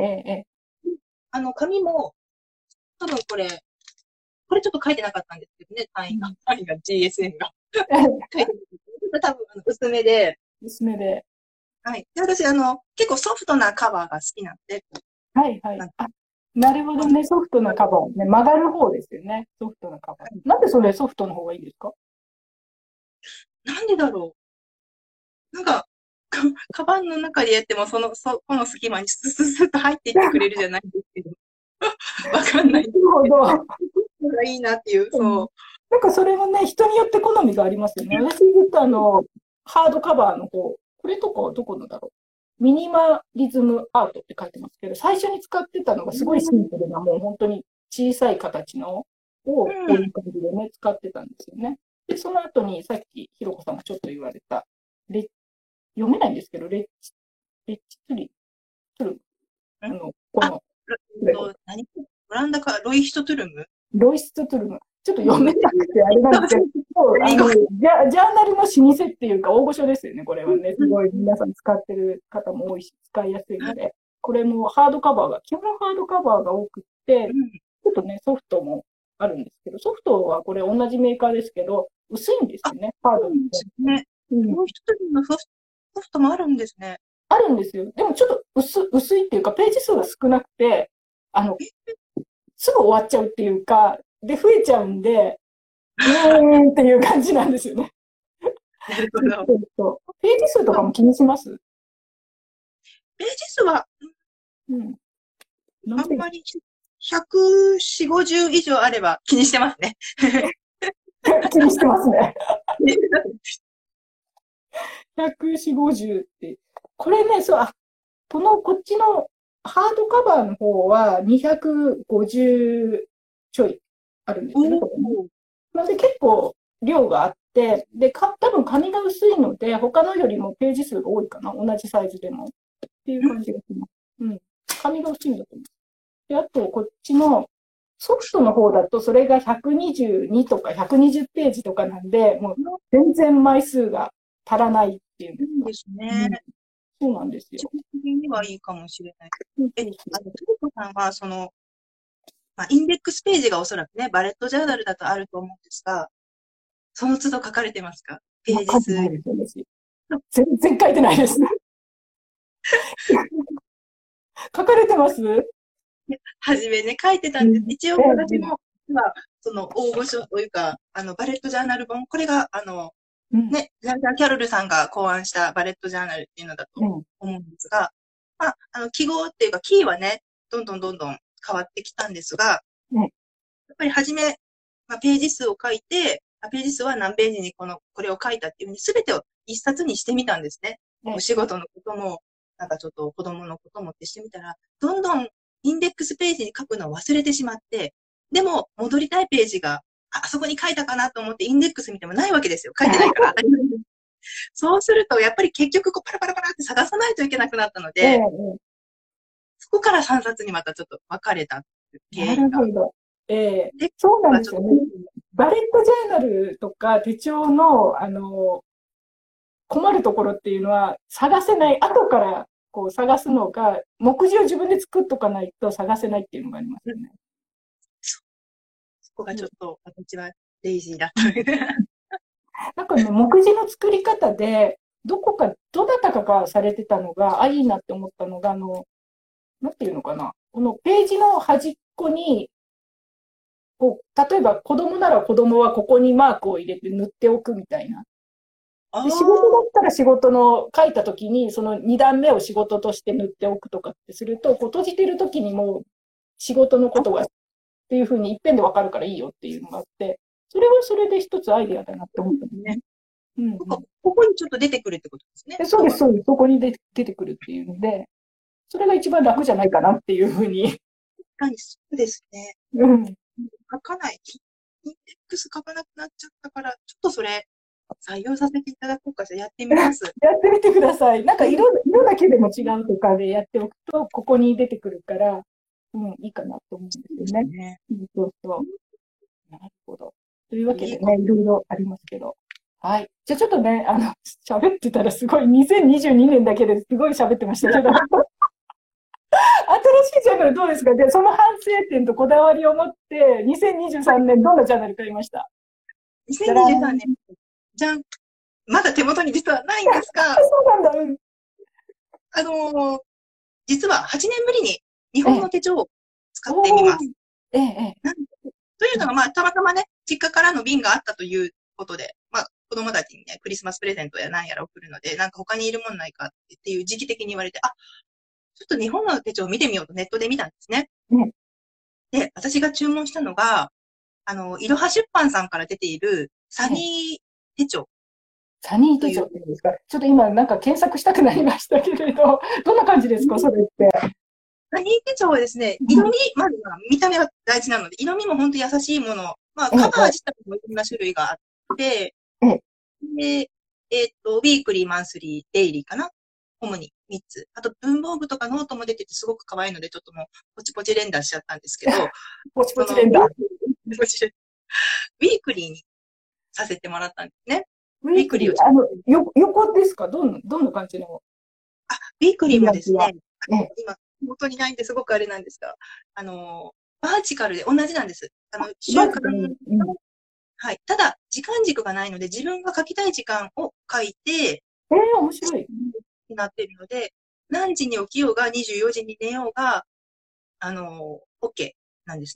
紙も、多分これちょっと書いてなかったんですけどね、単位が GSM が。書いてなかった。多分、薄めで。はい。で、私、結構ソフトなカバーが好きなんで。 なるほどね、ソフトなカバーね。曲がる方ですよね、ソフトなカバー。なんでそれソフトの方がいいですか？ なんでだろう。なんか、カバンの中でやっても、この隙間にスススッと入っていってくれるじゃないんですけど。わかんない。なるほど。いいなっていう、そう。 なんかそれもね、人によって好みがありますよね。私ずっとハードカバーの方、これとかはどこのだろう。ミニマリズムアートって書いてますけど、最初に使ってたのがすごいシンプルな、もう本当に小さい形のを、こういう感じでね、使ってたんですよね。で、その後にさっきひろこさんがちょっと言われた、読めないんですけど、レッチツリー、この、 何オランダか、ロイヒトトゥルム。 ちょっと読めなくてあれなんですけど、ジャーナルの老舗っていうか大御所ですよね、これはね。すごい皆さん使ってる方も多いし、使いやすいので。これもハードカバーが、基本ハードカバーが多くって、ちょっとね、ソフトもあるんですけど、ソフトはこれ同じメーカーですけど、薄いんですよね、ハードに。 ね。ロイヒトトゥルムのソフトもあるんですね。 あるんですよ。でもちょっと薄いっていうか、ページ数が少なくて、すぐ終わっちゃうっていうか、で、増えちゃうんで、っていう感じなんですよね。 なるほど。 ページ数とかも気にします？ ページ数は、 うん。 あんまり140、50以上あれば気にしてますね。 気にしてますね。140、50って。これね、こっちのハードカバーの方は250ちょいあるんですよね。なので結構量があって、で、多分紙が薄いので、他のよりもページ数が多いかな。同じサイズでも。っていう感じがします。うん。紙が薄いんだと思う。で、あと、こっちのソフトの方だと、それが122とか120ページとかなんで、もう全然枚数が足らないっていうんですね。 そうなんですよ。 的にはいいかもしれない。トリコさんは、インデックスページがおそらくね、バレットジャーナルだとあると思うんですが、その都度書かれてますか？ページ数。 全然書いてないです。書かれてます？ はじめね、書いてたんです。一応私も、応募書というか、バレットジャーナル本、これが、ね、ジャーキャロルさんが考案したバレットジャーナルっていうのだと思うんですが、記号っていうか、キーはね、どんどん変わってきたんですが、やっぱりはじめ、ページ数を書いて、ページ数は何ページにこれを書いたっていうふうに、すべてを一冊にしてみたんですね。お仕事のことも、なんかちょっと子供のこともってしてみたら、どんどんインデックスページに書くのを忘れてしまって、でも戻りたいページが、あそこに書いたかなと思ってインデックス見てもないわけですよ。書いてないから。そうすると、やっぱり結局パラパラパラって探さないといけなくなったので、そこから3冊にまたちょっと分かれた原因が。なるほど。そうなんですよね。バレットジャーナルとか手帳の、困るところっていうのは、探せない、後からこう探すのが、目次を自分で作っとかないと探せないっていうのがありますよね。 そこがちょっと、私はレイジーだった。 なんかね、目次の作り方で、どなたかがされてたのが、いいなって思ったのが、なんていうのかな。このページの端っこに、例えば子供なら子供はここにマークを入れて塗っておくみたいな。で仕事だったら仕事の書いたときに、その2段目を仕事として塗っておくとかってすると、閉じてるときにもう仕事のことがっていうふうに一遍でわかるからいいよっていうのがあって、それはそれで一つアイデアだなって思ったんですね。 ここにちょっと出てくるってことですね。 そうです、そうです。そこに出てくるっていうので、それが一番楽じゃないかなっていうふうに。 確かにそうですね。書かない。インデックス書かなくなっちゃったから、ちょっとそれ、採用させていただこうか。じゃあやってみます。 やってみてください。なんか色だけでも違うとかでやっておくと、ここに出てくるから、いいかなと思うんですよね。そうそう。なるほど。というわけでね、いろいろありますけど。はい。じゃあちょっとね、喋ってたらすごい、2022年だけですごい喋ってましたけど。新しいジャーナルどうですか？で、その反省点とこだわりを持って、2023年どんなジャーナル買いました？ 2023 年。じゃん。まだ手元に実はないんですが。 そうなんだ。 実は8年ぶりに日本の手帳を使ってみます。というのが、たまたまね、実家からの便があったということで、子供たちにね、クリスマスプレゼントや何やら送るので、なんか他にいるもんないかっていう時期的に言われて、ちょっと日本の手帳を見てみようとネットで見たんですね。で、私が注文したのが、いろは出版さんから出ているサニー手帳。 サニー手帳っていうんですか？ちょっと今なんか検索したくなりましたけれど、どんな感じですか、それって。 サニー手帳はですね、色味、まずは見た目が大事なので、色味も本当優しいもの。カバー自体もいろんな種類があって、で、ウィークリー、マンスリー、デイリーかな？主に3つ。あと、文房具とかノートも出ててすごく可愛いので、ちょっともう、ポチポチ連打しちゃったんですけど。 ポチポチ連打。 ウィークリーにさせてもらったんですね。 ウィークリー、横ですか？どんな感じの？ ウィークリーもですね、今、元にないんですごくあれなんですが、バーチカルで同じなんです。習慣、はい。ただ、時間軸がないので、自分が書きたい時間を書いて、 面白い。 になっているので、何時に起きようが、24時に寝ようが、OK なんですね。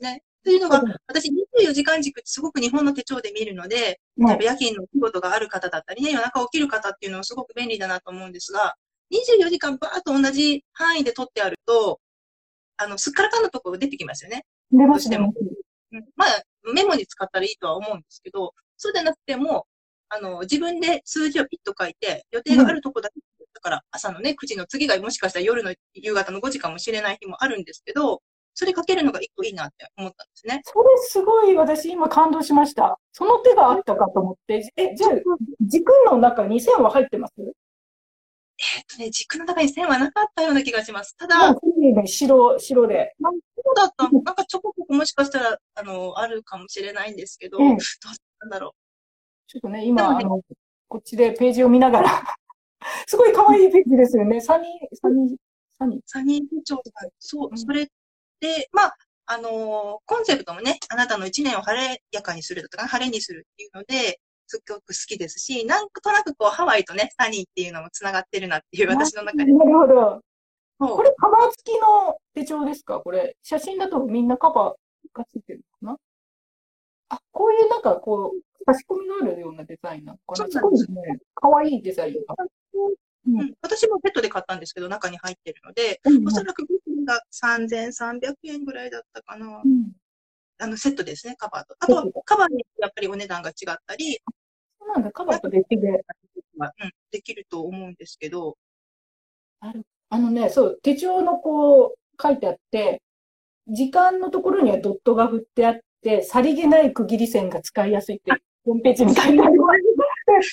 というのが、私24時間軸ってすごく日本の手帳で見るので、例えば夜勤の仕事がある方だったりね、夜中起きる方っていうのはすごく便利だなと思うんですが、24時間バーっと同じ範囲で取ってあると、すっからかんのところ出てきますよね。 出ますね。 どうしても。まあ、メモに使ったらいいとは思うんですけど、そうでなくても、自分で数字をピッと書いて、予定があるとこだけ、だから朝のね、9時の次がもしかしたら夜の夕方の5時かもしれない日もあるんですけど、それ書けるのが一個いいなって思ったんですね。 それすごい私今感動しました。その手があったかと思って。じゃあ、軸の中に線は入ってます？ 軸の中に線はなかったような気がします。ただ、 白で。 そうだったなんかちょこちょこもしかしたら、あるかもしれないんですけど、どうなんだろう。 ちょっとね、今、こっちでページを見ながら、すごい可愛いページですよね。サニー手帳とか、そう、それで、まあ、コンセプトもね、あなたの一年を晴れやかにするだとか、晴れにするっていうので、すごく好きですし、なんとなくこう、ハワイとね、サニーっていうのも繋がってるなっていう、私の中で。 なるほど。これカバー付きの手帳ですか？これ、写真だとみんなカバーがついてるのかな？あ、こういうなんかこう、差し込みがあるようなデザインなのかな？すごいですね。可愛いデザインが。 私もセットで買ったんですけど、中に入ってるので、おそらくが3300円ぐらいだったかな。セットですね、カバーと。あとは、カバーにやっぱりお値段が違ったり。 そうなんだ、カバーと別で。 できると思うんですけど。 そう、手帳のこう、書いてあって、時間のところにはドットが振ってあって、さりげない区切り線が使いやすいって、ホームページに書いてあります。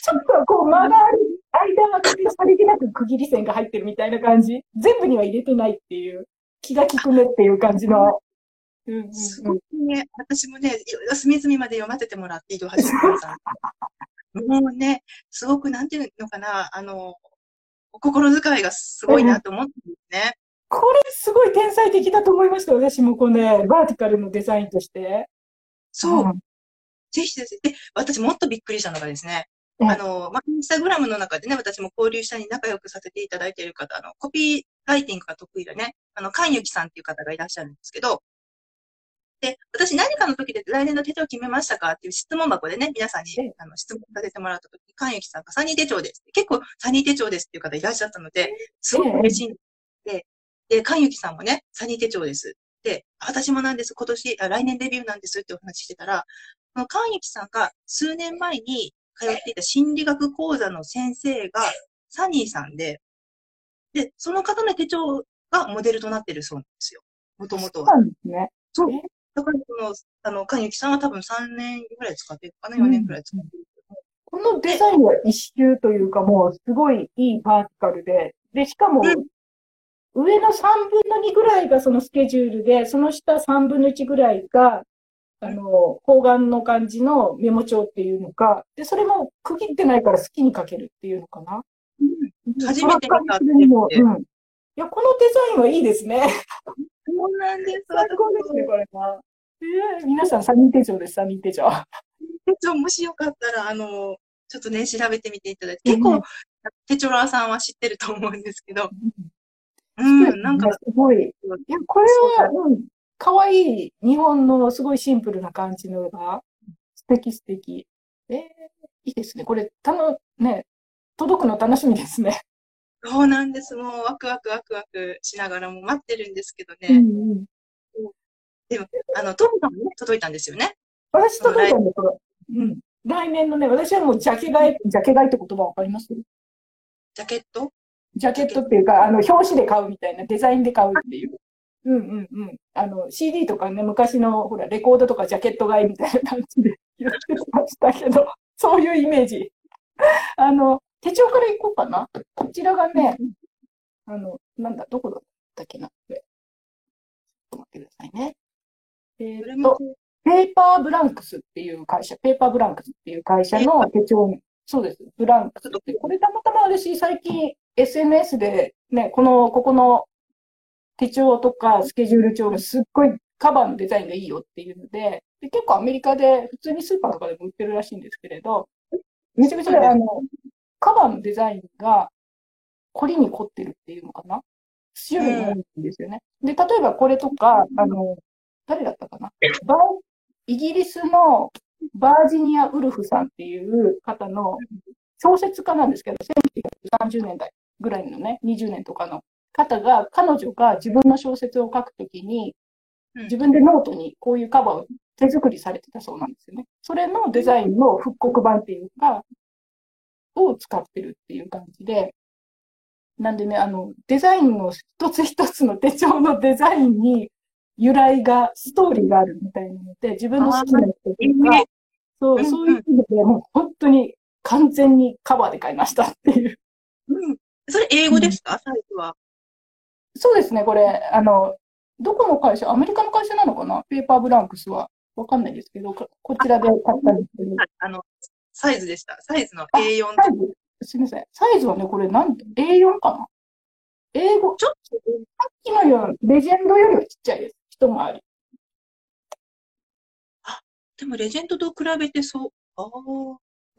ちょっとこう、間がある、間が空けてさりげなく区切り線が入ってるみたいな感じ。全部には入れてないっていう、気が利くねっていう感じの。 すごくね、私もね、いろいろ隅々まで読ませてもらって移動始めました。もうね、すごくなんていうのかな、心遣いがすごいなと思ってですね。 これすごい天才的だと思いました。私もこうね、バーティカルのデザインとして。 そう。ぜひです。で、私もっとびっくりしたのがですね、インスタグラムの中でね、私も交流したり仲良くさせていただいている方、コピーライティングが得意でね、菅由紀さんっていう方がいらっしゃるんですけど、で、私何かの時で来年の手帳決めましたかっていう質問箱でね、皆さんに質問させてもらった時に、菅由紀さんがサニー手帳です。結構サニー手帳ですっていう方いらっしゃったので、すごく嬉しいんで、菅由紀さんもね、サニー手帳です。で、私もなんです。来年デビューなんですってお話ししてたら、菅由紀さんが数年前に通っていた心理学講座の先生がサニーさんで、その方の手帳がモデルとなっているそうなんですよ。もともとは。 そうなんですね。 そう。だから菅由紀さんは多分3年ぐらい使ってるかな、4年ぐらい使ってる。 このデザインは一周というかもうすごいいいバーティカルで、しかも、上の3分の2ぐらいがそのスケジュールで、その下3分の1ぐらいが、方眼の感じのメモ帳っていうのか、で、それも区切ってないから好きに書けるっていうのかな。 初めて見たって。 いや、このデザインはいいですね。 そうなんです。 最高ですね、これは。皆さん、サニー手帳です、サニー手帳。 手帳、もしよかったら、ちょっとね、調べてみていただいて、結構、手帳ラーさんは知ってると思うんですけど、なんか、 すごい。いや、これは、かわいい、日本のすごいシンプルな感じのが、素敵。いいですね。これ、届くの楽しみですね。 そうなんです。もうワクワクしながらも待ってるんですけどね。でも、トムさんもね、届いたんですよね。 私届いたんですよ。来年のね、私はもうジャケ買いって言葉わかります？ ジャケットっていうか、表紙で買うみたいな、デザインで買うっていう。CD とかね、昔の、ほら、レコードとかジャケット買いみたいな感じで言ってましたけど、そういうイメージ。手帳からいこうかな。こちらがね、どこだったっけな。ちょっと待ってくださいね。ペーパーブランクスっていう会社の手帳に、そうです、ブランクスって。これたまたま私、最近 SNS でね、ここの手帳とかスケジュール帳がすっごいカバーのデザインがいいよっていうので、結構アメリカで普通にスーパーとかでも売ってるらしいんですけれど、めちゃめちゃカバーのデザインが凝りに凝ってるっていうのかな、種類があるんですよね。で、例えばこれとか、 誰だったかな、イギリスのバージニア・ウルフさんっていう方の小説家なんですけど、1930年代ぐらいのね、20年とかの方が、彼女が自分の小説を書くときに、自分でノートにこういうカバーを手作りされてたそうなんですよね。それのデザインの復刻版っていうか、を使ってるっていう感じで、なんでね、デザインの一つ一つの手帳のデザインに由来が、ストーリーがあるみたいなので、自分の好きな人とか、そういう意味で、もう本当に完全にカバーで買いましたっていう。 それ英語ですか、サイズは。そうですね、これ、どこの会社、アメリカの会社なのかな、ペーパーブランクスは。わかんないですけど、こちらで買ったんですけど。 サイズでした。サイズの A4。 すみません。サイズはね、これA4 かな、英語、ちょっと、さっきのような、レジェンドよりはちっちゃいです。一回り。 でもレジェンドと比べてそう。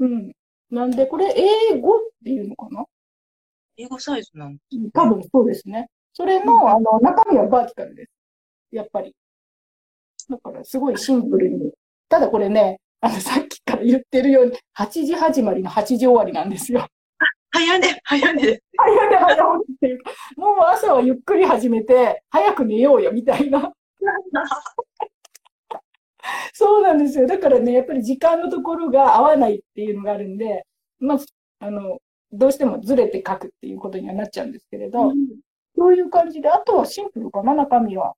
なんで、これ、英語っていうのかな、 英語サイズなんですね。 多分そうですね。それの、中身はバーティカルです。やっぱり。だから、すごいシンプルに。ただこれね、さっきから言ってるように、8時始まりの8時終わりなんですよ。 早寝です。早寝早起きっていうか、もう朝はゆっくり始めて、早く寝ようよ、みたいな。そうなんですよ。だからね、やっぱり時間のところが合わないっていうのがあるんで、まあ、どうしてもずれて書くっていうことにはなっちゃうんですけれど、そういう感じで、あとはシンプルかな、中身は。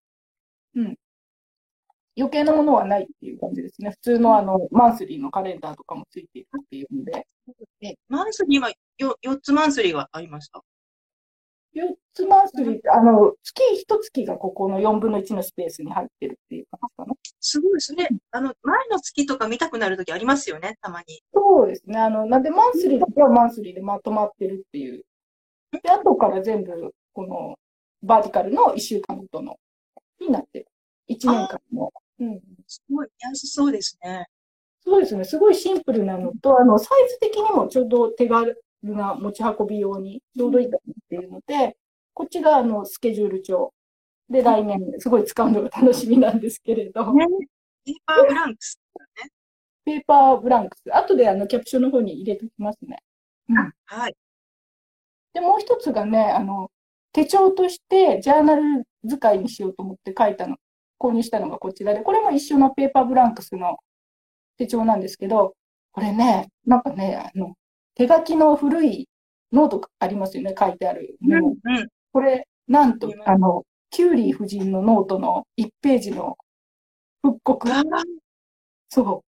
余計なものはないっていう感じですね。普通のマンスリーのカレンダーとかもついているっていうので。 マンスリーは4つマンスリーがありました。 4つマンスリーって、月1月がここの4分の1のスペースに入ってるっていう感じかな。 すごいですね。前の月とか見たくなるときありますよね、たまに。 そうですね。なんでマンスリーだけはマンスリーでまとまってるっていう。で、後から全部、この、バーティカルの1週間ごとの、になってる。1年間の。 すごい見やすそうですね。 そうですね。すごいシンプルなのと、サイズ的にもちょうど手軽な持ち運び用にちょうどいいかなっていうので、こっちがスケジュール帳で来年すごい使うのが楽しみなんですけれど。 ペーパーブランクスだね。 ペーパーブランクス。後でキャプションの方に入れておきますね。 はい。 で、もう一つがね、手帳としてジャーナル使いにしようと思って購入したのがこちらで、これも一緒のペーパーブランクスの手帳なんですけど、これね、なんかね、手書きの古いノートありますよね、書いてある。これ、なんと、キューリー夫人のノートの1ページの復刻。そう。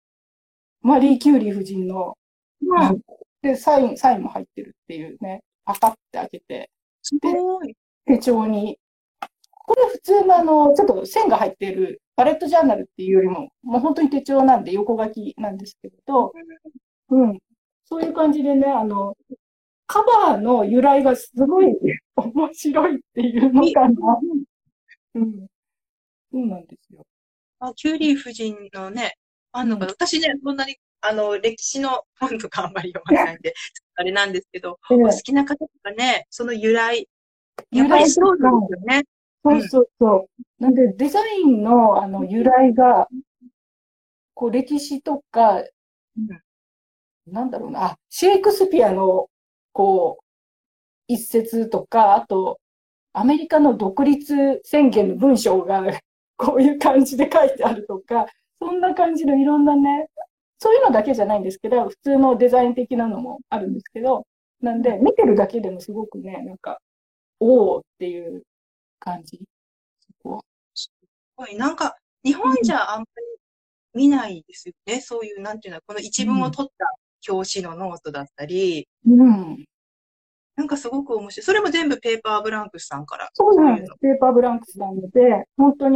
マリー・キューリー夫人の、で、サインも入ってるっていうね、パカって開けて、 すごい。 手帳に、これ普通のちょっと線が入っているバレットジャーナルっていうよりも、もう本当に手帳なんで横書きなんですけど、そういう感じでね、カバーの由来がすごい面白いっていうのかな。そうなんですよ。 キューリー夫人のね、私ね、そんなに、歴史の本とかあんまり読まないんで、あれなんですけど、お好きな方とかね、その由来、やっぱりそうなんですよね。 そう。なんで、デザインの、由来が、こう、歴史とか、なんだろうな、シェイクスピアの、こう、一節とか、あと、アメリカの独立宣言の文章が、こういう感じで書いてあるとか、そんな感じのいろんなね、そういうのだけじゃないんですけど、普通のデザイン的なのもあるんですけど、なんで、見てるだけでもすごくね、なんか、おーっていう感じ。 すごい。なんか、日本じゃあんまり見ないですよね。そういう、なんていうの、この一文を取った表紙のノートだったり。なんかすごく面白い。それも全部ペーパーブランクスさんから。 そうなんです。ペーパーブランクスなので、本当に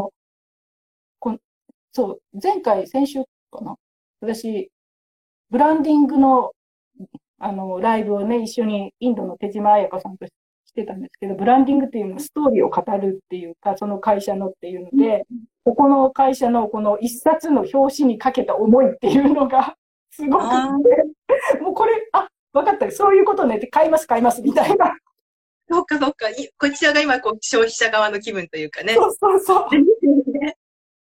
そう、先週かな。私、ブランディングの、ライブをね、一緒にインドの手島彩香さんとしてたんですけど、ブランディングっていうのはストーリーを語るっていうか、その会社のっていうので、ここの会社のこの一冊の表紙にかけた思いっていうのが、すごくて、もうこれ、分かった。そういうことねって買いますみたいな。 そうか。こちらが今、消費者側の気分というかね。 そう。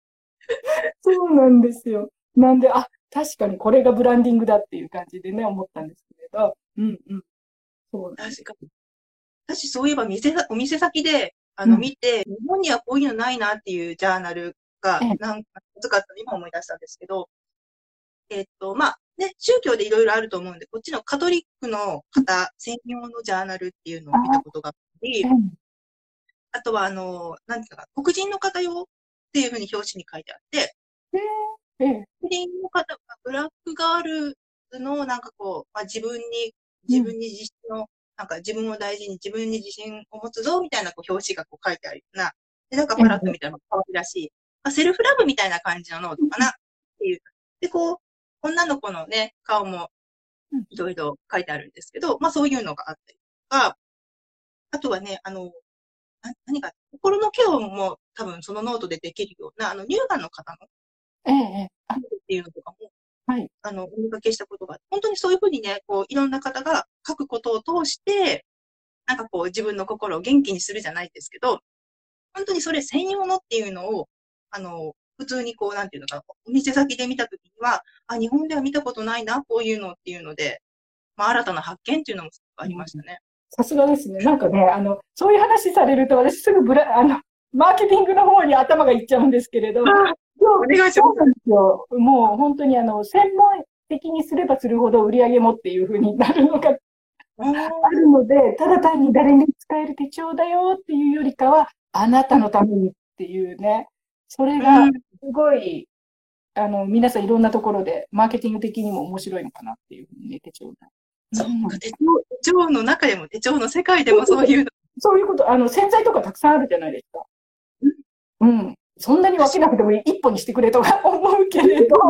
そうなんですよ。なんで、あ、確かにこれがブランディングだっていう感じでね、思ったんですけれど。うんうん。そうなんです。 確かに。私、そういえばお店先で、 うん。 見て、日本にはこういうのないなっていうジャーナルが、 ええ、 何つかあったの今思い出したんですけど、まあ、ね、宗教でいろいろあると思うんで、こっちのカトリックの方専用のジャーナルっていうのを見たあ、 ことがあっえり、あとは、なんていうかな、黒人の方用っていうふうに表紙に書いてあって、 え、ええ、 黒人の方がブラックガールズのなんかこう、まあ、 うん。 自分に自信の、なんか自分を大事に自分に自信を持つぞみたいなこう表紙がこう書いてあるような、で、なんかええ、 パラッと見たら可愛らしい、まあ、セルフラブみたいな感じのノートかなっていう。で、こう、女の子のね、顔もうん。 いろいろ書いてあるんですけど、まあそういうのがあったりとか、あとはね、何か、心のケアも多分そのノートでできるような、乳がんの方のええ、ええ、あ、 っていうのとかも、 はい。 お見かけしたことがあって、本当にそういうふうにね、こう、いろんな方が書くことを通して、なんかこう、自分の心を元気にするじゃないですけど、本当にそれ専用のっていうのを、普通にこう、なんていうのかな、お店先で見たときには、あ、日本では見たことないな、こういうのっていうので、まあ、新たな発見っていうのもすごくありましたね。 さすがですね。なんかね、そういう話されると、私すぐマーケティングの方に頭がいっちゃうんですけれど、 あ、お願いします。 そうなんですよ。もう本当に専門的にすればするほど売り上げもっていう風になるのがあるので、ただ単に誰に使える手帳だよっていうよりかは、あなたのためにっていうね、それがうん。 すごい、皆さんいろんなところで、マーケティング的にも面白いのかなっていうふうにね、手帳が。うん。 そっか、手帳の中でも、手帳の世界でもそういうの。 そういうこと、洗剤とかたくさんあるじゃないですか。 うん、 うん。そんなに分けなくてもいい、一本にしてくれとか思うけれど、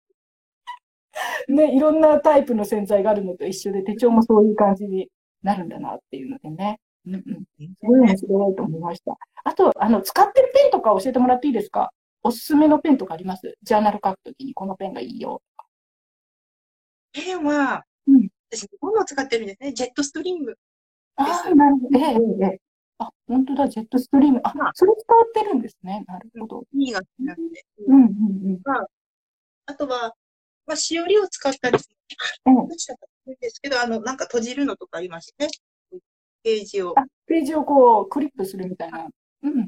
ね、いろんなタイプの洗剤があるのと一緒で、手帳もそういう感じになるんだなっていうのでね。うんうん。すごい面白いと思いました。あと、使ってるペンとか教えてもらっていいですか？おすすめのペンとかあります？ジャーナル書くときにこのペンがいいよ。 ペンは、 うん。 私、日本のを使ってるんですね。ジェットストリームでああ、 す。 なるほど。ええ、ええ。ええ、あ、本当だ、ジェットストリーム。あ、 まあ、 それ使ってるんですね。なるほど。 いいが好きなんで。 うん、うん、うん。 まあ、あとは、まあ、しおりを使ったりする。 ええ。 どうしたかいいんですけど、なんか閉じるのとかありましてね。ページを。 あ、ページをこう、クリップするみたいな。うん、うん、うん。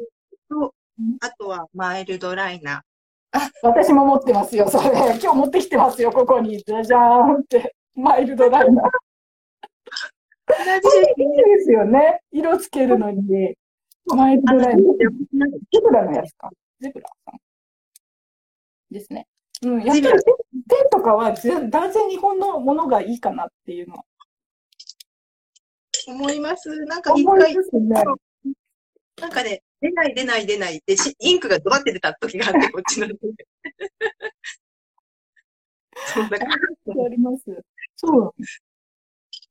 と、 うん、 あとは、マイルドライナあ、私も持ってますよ、それ。今日持ってきてますよ、ここに。じゃじゃーんって。マイルドライナー。 ー。同じこですね。 れいいですよね。色つけるのに、マイルドライナー。ゼブラのやつか。ゼブラさんですね。うん、やっゼブラぱりペンとかは断然日本のものがいいかなっていうのは思います。なんか一思い回、 ますね。 なんかね、出ないってインクがドバって出た時があって、こっちの。そんな感じ。 あります。そう。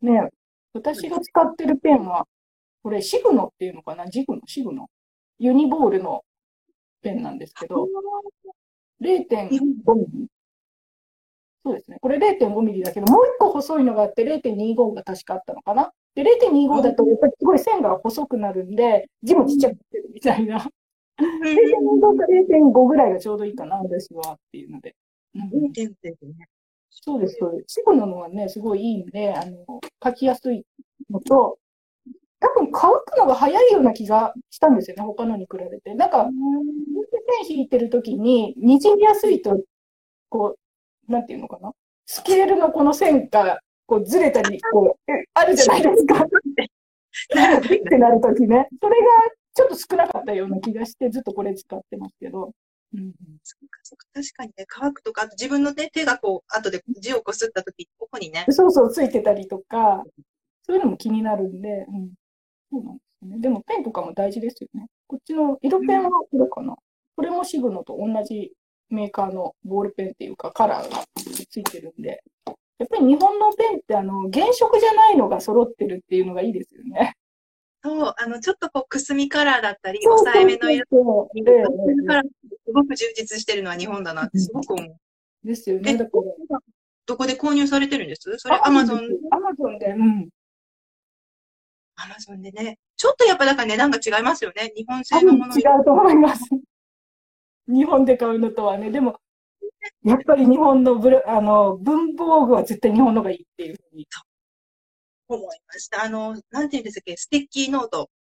ね、私が使ってるペンは、これシグノっていうのかな、シグノ。ユニボールのペンなんですけど、 日本 0.5ミリ。そうですね。これ0.5ミリだけど、もう一個細いのがあって0.25が確かあったのかな。で、0.25だとやっぱりすごい線が細くなるんで、字もちっちゃくなってるみたいな。0.25か0.5ぐらいがちょうどいいかな、私はっていうので。うん、 点ですね。 そうです、そうです。シグノのはね、すごいいいんで、書きやすいのと、多分乾くのが早いような気がしたんですよね、他のに比べて。なんか、線引いてるときに、滲みやすいと、こう、なんていうのかな。スケールのこの線が、こう、ずれたり、こう、あるじゃないですか。 なるほど。 ってなるときね。それがちょっと少なかったような気がして、ずっとこれ使ってますけど。うん、 そうか、そうか。確かにね、乾くとか、あと自分のね、手がこう、後で字をこすったとき、ここにね。 そうそう、ついてたりとか、そういうのも気になるんで、うん、そうなんですね。でもペンとかも大事ですよね。こっちの色ペンはこれかな。これもシグノと同じメーカーのボールペンっていうかカラーがついてるんで、やっぱり日本のペンって原色じゃないのが揃ってるっていうのがいいですよね。 そう、ちょっとこう、くすみカラーだったり、 そう抑えそうそうめの色そう。 に、パステルカラーすごく充実してるのは日本だなってすごく思う。 ですよね。 え、 だから、 どこで購入されてるんですそれアマゾンです。 アマゾン、 アマゾンで、うん。 アマゾンでね。ちょっとやっぱだから値段が違いますよね。日本多分違製のものより。 うと思います。 日本で買うのとはね。でも、やっぱり日本の文房具は絶対日本のがいいっていうふうに。 思いました。なんて言うんでしたっけ、ステッキーノート。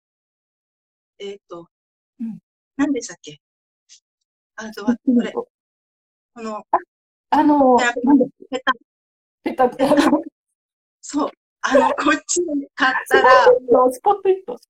うん。 何でしたっけ。これ、この、ペラペなんだっペタ、 け、ペタってそう。こっちで買ったら、 スポットイット。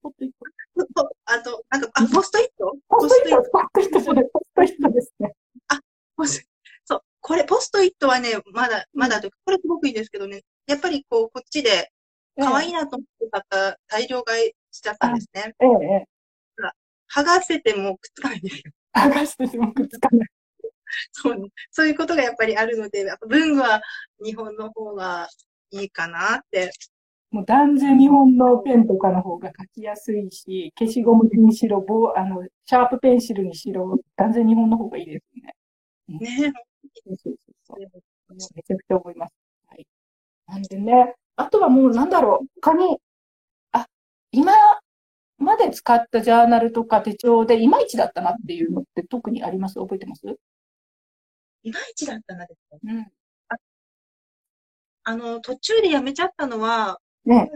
ポストイットスポットイットじゃない、ポストイットですね。 あ、そう。これ、ポストイットはね、まだ、これすごくいいですけどね、やっぱりこっちで、可愛いなと思って買った大量買いしちゃったんですね。剥がせてもくっつかないんですよ。 剥がしてもくっつかない。 そういうことがやっぱりあるので、やっぱ文具は日本の方がいいかなって。 もう断然日本のペンとかの方が書きやすいし、消しゴムにしろ、シャープペンシルにしろ、断然日本の方がいいですね。 ねそう。めちゃくちゃ思います。はい。なんでね、あとはもうなんだろう、他に、今まで使ったジャーナルとか手帳でいまいちだったなっていうのって特にあります？覚えてます？ いまいちだったなですね。 うん。 途中でやめちゃったのは、 ね。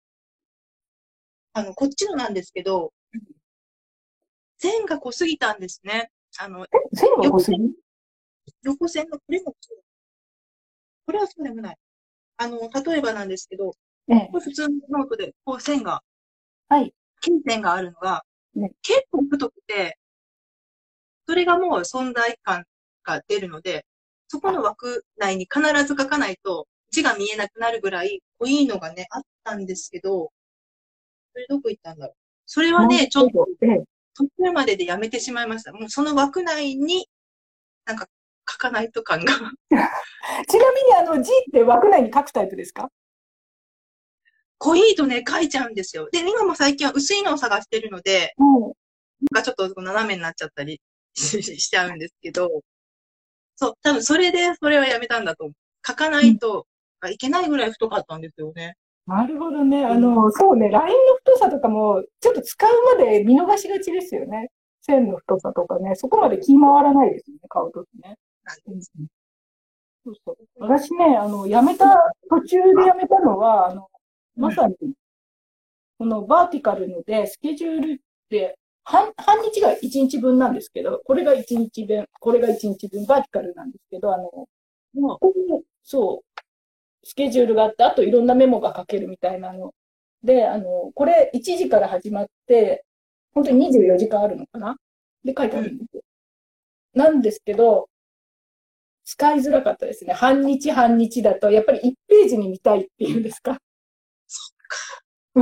こっちのなんですけど、線が濃すぎたんですね。 線が濃すぎ？ 横線の、これはそうでもない。例えばなんですけど、これ普通のノートで、線が、金線があるのが、結構太くて、それがもう存在感が出るので、そこの枠内に必ず書かないと字が見えなくなるぐらい濃いのがね、あったんですけど、それどこ行ったんだろう。それはね、ちょっと途中まででやめてしまいました。もうその枠内になんか書かないと感が。 ちなみに字って枠内に書くタイプですか？ 濃いとね、書いちゃうんですよ。で、今も最近は薄いのを探してるので、なんかちょっと斜めになっちゃったりしちゃうんですけど、そう、多分それでそれはやめたんだと思う。書かないといけないぐらい太かったんですよね。 なるほどね。そうね、ラインの太さとかも、ちょっと使うまで見逃しがちですよね。線の太さとかね、そこまで気回らないですよね、買うときね。そうそう。私ね、途中でやめたのは、まさに、このバーティカルので、スケジュールって、半日が1日分なんですけど、これが1日分、これが1日分、バーティカルなんですけど、そう、スケジュールがあって、あといろんなメモが書けるみたいなの。で、これ1時から始まって、本当に24時間あるのかなで書いてあるんですよ。なんですけど、使いづらかったですね。半日だと、やっぱり1ページに見たいっていうんですか。 そっか。 うん。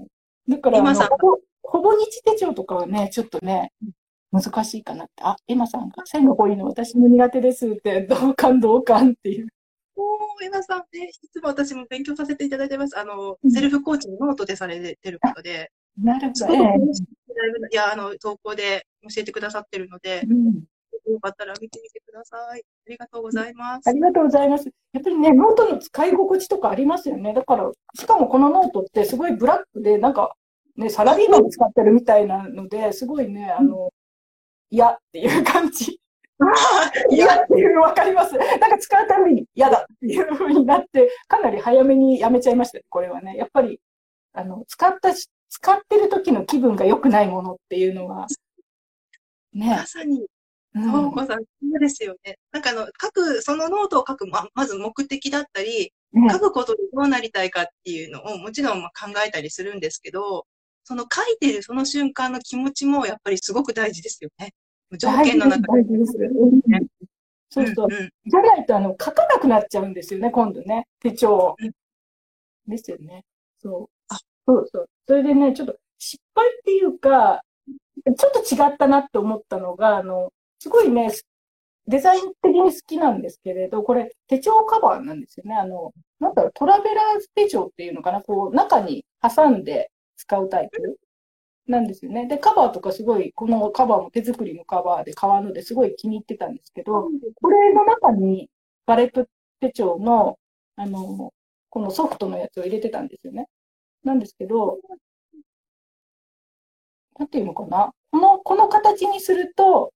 だから、ほぼ日手帳とかはね、ちょっとね、難しいかなって。エマさんが線が濃いの私も苦手ですって、同感っていう。 エマさんね、いつも私も勉強させていただいてます。セルフコーチのノートでされてる方で。 なるほど。 いや、投稿で教えてくださってるので、よかったら見てみてください。ありがとうございます。 ありがとうございます。やっぱりね、ノートの使い心地とかありますよね。だから、しかもこのノートってすごいブラックで、なんか、ね、サラリーマン使ってるみたいなので、すごいね、嫌っていう感じ。嫌っていうの分かります。なんか使うたびに嫌だっていう風になって、かなり早めにやめちゃいましたね、これはね。やっぱり、使ってる時の気分が良くないものっていうのは、ね。 まさに。そうこさん、そうですよね。なんかそのノートを書く、まず目的だったり、書くことでどうなりたいかっていうのをもちろん考えたりするんですけど、その書いてるその瞬間の気持ちもやっぱりすごく大事ですよね。条件の中で。 大事です。そうそう。じゃないと書かなくなっちゃうんですよね、今度ね。手帳。ですよね。そう。そうそう。それでね、ちょっと失敗っていうか、ちょっと違ったなって思ったのが、すごいね、デザイン的に好きなんですけれど、これ手帳カバーなんですよね。なんだろう、トラベラーズ手帳っていうのかな、こう、中に挟んで使うタイプなんですよね。で、カバーとかすごい、このカバーも手作りのカバーで革のですごい気に入ってたんですけど、これの中にバレット手帳の、このソフトのやつを入れてたんですよね。なんですけど、なんていうのかな。この形にすると、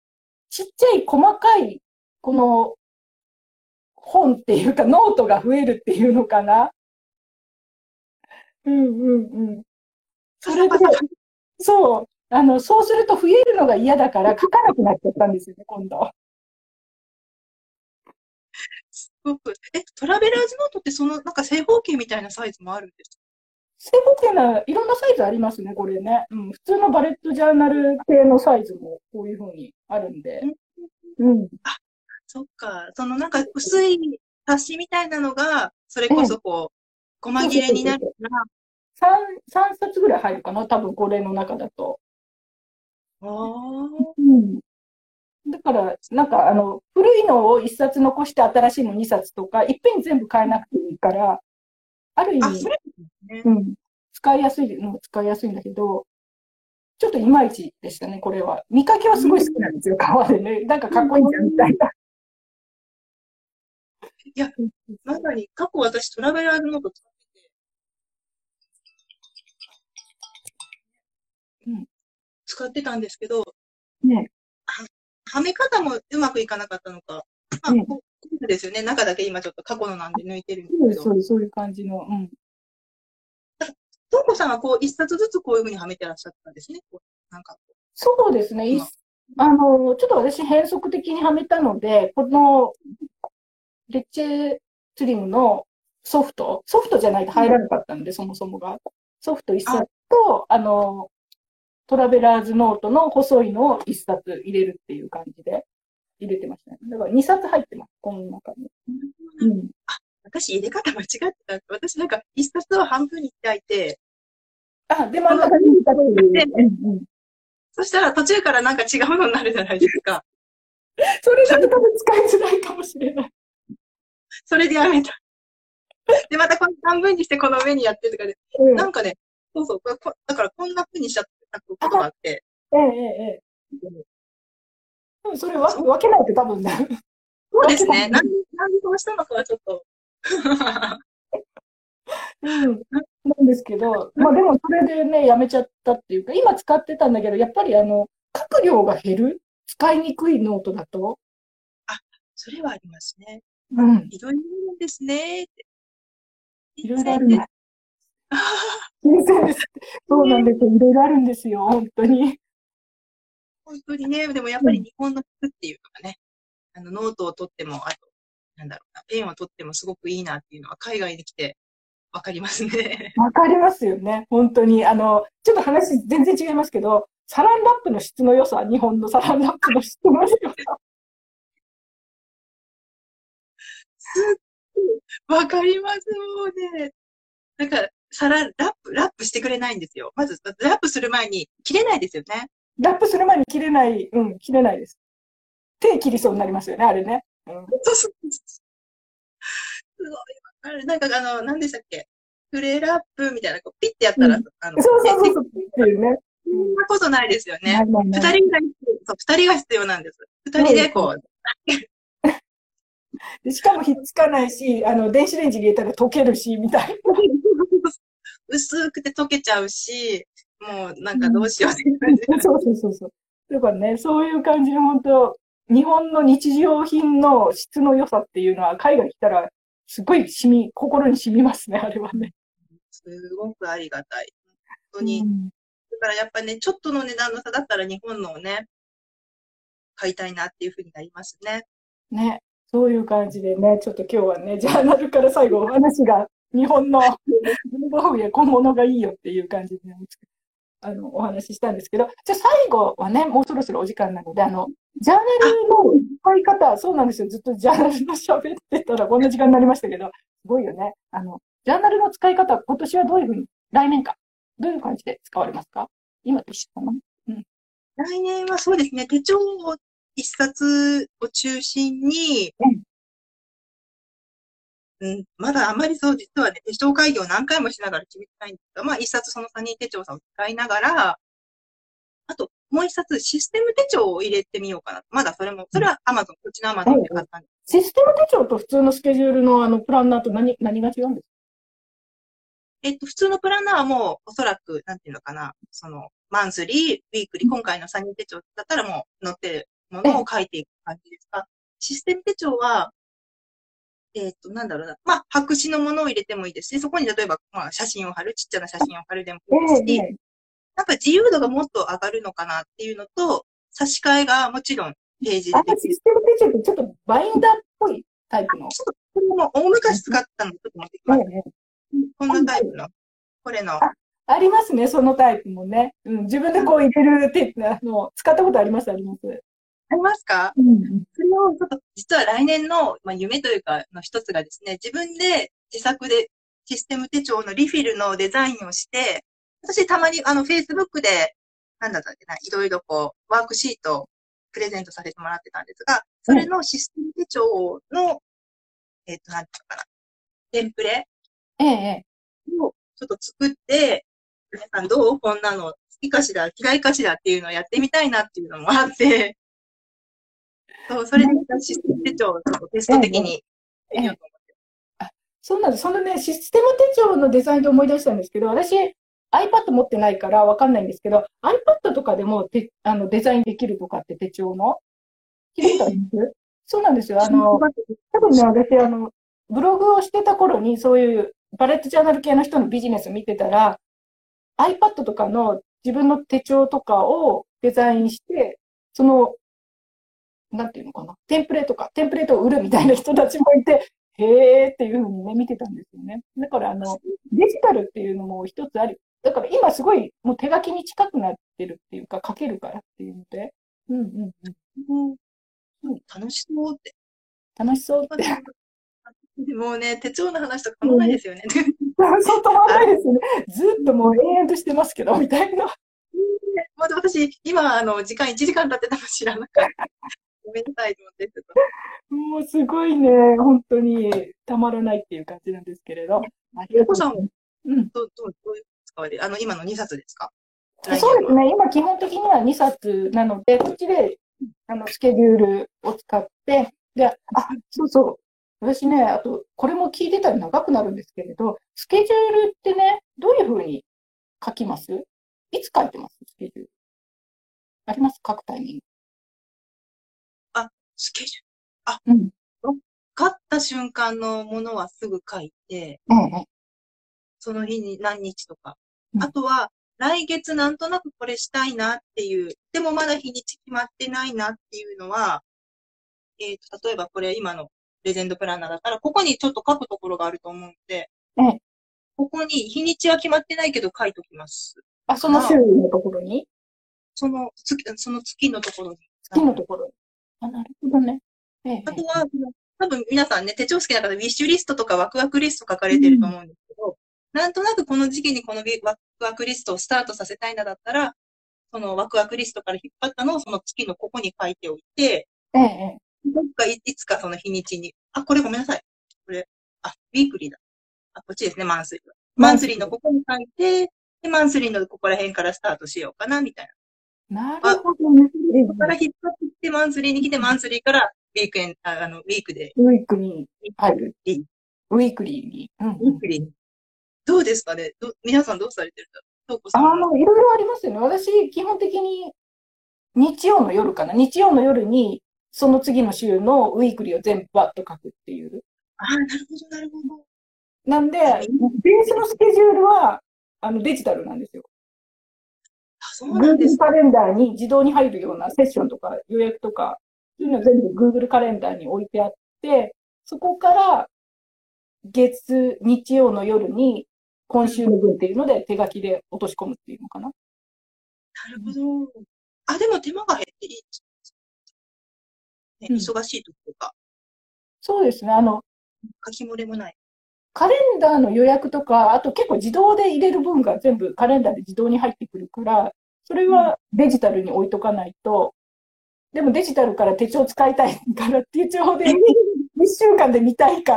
ちっちゃい細かい、この本っていうかノートが増えるっていうのかな。うんうんうん。それで、そう、そうすると増えるのが嫌だから書かなくなっちゃったんですよね、今度。 すごく。トラベラーズノートってなんか正方形みたいなサイズもあるんですか？ 正方形いろんなサイズありますね、これね。うん、普通のバレットジャーナル系のサイズもこういう風にあるんで。うん。 あ、そっか。なんか薄い冊子みたいなのが、それこそ細切れになるから。 3冊ぐらい入るかな、多分これの中だと。 ああ。 うん。だから、なんか、古いのを1冊残して新しいの2冊とか、いっぺんに全部変えなくていいから、ある意味、 それですね。 うん、使いやすいのも使いやすいんだけど、ちょっといまいちでしたね、これは。見かけはすごい好きなんですよ、革でね。なんかかっこいいじゃん、みたいな。 いや、まさに過去私トラベラーズノート使ってて、使ってたんですけど、 ね。 はめ方もうまくいかなかったのか。こうですよね。中だけ今ちょっと過去のなんで抜いてるんですけど。 そういう感じの。うん。 とうこさんは一冊ずつこういうふうにはめてらっしゃったんですね。なんかそうですね。ちょっと私変則的にはめたので、このレッチェスリムのソフトじゃないと入らなかったんで、そもそもが。ソフト1冊と、トラベラーズノートの細いのを1冊入れるっていう感じで入れてましたね。だから2冊入ってます、この中に。うん。 私入れ方間違ってた。私なんか1冊を半分に開いて、 で、真ん中に入れたっていう。 そしたら途中からなんか違うのになるじゃないですか。 それだと多分使いづらいかもしれない。 それでやめた。で、またこの半分にしてこの上にやってとかで、なんかね、そうそう、だからこんな風にしちゃったことがあって。 それ分けないと多分ね。 そうですね。なんでそうしたのかはちょっと。 なんですけど、まあでもそれでね、やめちゃったっていうか、今使ってたんだけど、やっぱり書く量が減る、使いにくいノートだと。 それはありますね。 うん。 いろいろあるんですね。 いろいろあるんです。新鮮です。そうなんですよ。いろいろあるんですよ、本当に。 本当にね、でもやっぱり日本の服っていうのがね、ノートを取っても、あと、なんだろうな、ペンを取ってもすごくいいなっていうのは海外に来てわかりますね。 わかりますよね、本当に。ちょっと話全然違いますけど、サランラップの質の良さ、日本のサランラップの質の良さ。 わかります、もうね。なんか、ラップしてくれないんですよ。まず、ラップする前に切れないですよね。 ラップする前に切れない、切れないです。手切りそうになりますよね、あれね。 そうそう。すごいわかる。なんか何でしたっけ？フレラップみたいな、ピッてやったら、 そう、ピッていうね。 そんなことないですよね。二人が必要なんです。二人ででしかもひっつかないし、電子レンジに入れたら溶けるし、みたいな。 薄くて溶けちゃうし、もうなんかどうしようって感じ。 そう。だからね、そういう感じで本当、日本の日常品の質の良さっていうのは海外来たらすごい心に染みますね、あれはね。 すごくありがたい。本当に。だからやっぱね、ちょっとの値段の差だったら日本のをね、買いたいなっていうふうになりますね。 ね、そういう感じでね、ちょっと今日はね、ジャーナルから最後お話が日本の文房具や小物がいいよっていう感じで、お話ししたんですけど、じゃあ最後はね、もうそろそろお時間なので、ジャーナルの使い方、そうなんですよ。ずっとジャーナルの喋ってたらこんな時間になりましたけど、すごいよね。ジャーナルの使い方、今年はどういうふうに、来年か、どういう感じで使われますか？今と一緒かな？ 来年はそうですね、手帳を一冊を中心に、まだあんまり実はね、手帳会議を何回もしながら決めてないんですが、まあ一冊そのサニー手帳さんを使いながら、あともう一冊システム手帳を入れてみようかな。まだそれはAmazon、こっちの Amazon で買ったんです。 システム手帳と普通のスケジュールのプランナーと何が違うんですか？ 普通のプランナーはもうおそらく、なんていうのかな、マンスリー、ウィークリー、今回のサニー手帳だったらもう載ってるものを書いていく感じですが、システム手帳は、なんだろうな。まあ、白紙のものを入れてもいいですし、そこに例えば、まあ、写真を貼る、ちっちゃな写真を貼るでもいいですし、なんか自由度がもっと上がるのかなっていうのと、差し替えがもちろんページでできる。 システム手帳ってちょっとバインダーっぽいタイプの。 ちょっと、これも大昔使ったのちょっと持ってきます。こんなタイプの、これの。 ありますね、そのタイプもね。自分でこう入れるテープ、使ったことあります、あります。 ありますか？それをちょっと、実は来年の、まあ、夢というか、の一つがですね、自分で自作でシステム手帳のリフィルのデザインをして、私たまにFacebook で、なんだったっけな、いろいろこう、ワークシートをプレゼントさせてもらってたんですが、それのシステム手帳の、なんていうのかな、テンプレをちょっと作って、皆さんどう？こんなの好きかしら嫌いかしらっていうのをやってみたいなっていうのもあって、そう、それでシステム手帳をテスト的にやりようと思って。 そうなんです。そのね、システム手帳のデザインで思い出したんですけど、私、iPad 持ってないからわかんないんですけど、iPad とかでもデザインできるとかって手帳の聞いたんです。そうなんですよ。多分ね、私、ブログをしてた頃に、そういうバレットジャーナル系の人のビジネス見てたら、iPad とかの自分の手帳とかをデザインして、なんていうのかな、テンプレートを売るみたいな人たちもいて、へーっていうふうにね、見てたんですよね。だからデジタルっていうのも一つあり、だから今すごいもう手書きに近くなってるっていうか、書けるからっていうので、 楽しそうって。 楽しそうって。 もうね、手帳の話とか止まらないですよね。 そう止まらないですよね。ずっともう延々としてますけど、みたいな。 まだ私、今、時間1時間経ってたの知らなかった。ごめんなさいと思って。 もうすごいね、本当にたまらないっていう感じなんですけれど。 お子さんも、どういう使われる？今の2冊ですか？ そうですね。今基本的には2冊なので、こっちで、スケジュールを使って、で、そうそう。私ね、あと、これも聞いてたら長くなるんですけれど、スケジュールってね、どういうふうに書きます？いつ書いてます？スケジュール。あります？書くタイミング。 スケジュール。買った瞬間のものはすぐ書いて、その日に何日とか。あとは、来月なんとなくこれしたいなっていう、でもまだ日にち決まってないなっていうのは、例えばこれ今のレジェンドプランナーだったら、ここにちょっと書くところがあると思うので、ここに日にちは決まってないけど書いときます。 その週のところに？ その月のところに。 月のところに。なるほどね。 あとは、多分皆さんね、手帳好きな方、ウィッシュリストとかワクワクリスト書かれてると思うんですけど、なんとなくこの時期にこのワクワクリストをスタートさせたいんだったら、そのワクワクリストから引っ張ったのをその月のここに書いておいて、どっかいつかその日にちに、これごめんなさい。これ、ウィークリーだ。こっちですね、マンスリー。マンスリーのここに書いて、で、マンスリーのここら辺からスタートしようかな、みたいな。なるほどね。 ここから引っ張ってきて、マンスリーに来て、マンスリーからウィークで。 ウィークに入る。ウィークリーに。 ウィークリー。どうですかね？皆さんどうされてるんだろう？いろいろありますよね。私、基本的に日曜の夜かな。日曜の夜に、その次の週のウィークリーを全部バッと書くっていう。 なるほど、なるほど。 なんで、ベースのスケジュールは、デジタルなんですよ。 そうなんですか。Google カレンダーに自動に入るようなセッションとか予約とか、そういうの全部 Google カレンダーに置いてあって、そこから日曜の夜に今週の分っていうので手書きで落とし込むっていうのかな。 なるほど。でも手間が減っていい。忙しい時とか。 そうですね。 書き漏れもない。 カレンダーの予約とか、あと結構自動で入れる分が全部カレンダーで自動に入ってくるから、それはデジタルに置いとかないと、でもデジタルから手帳使いたいから手帳で1週間で見たいから、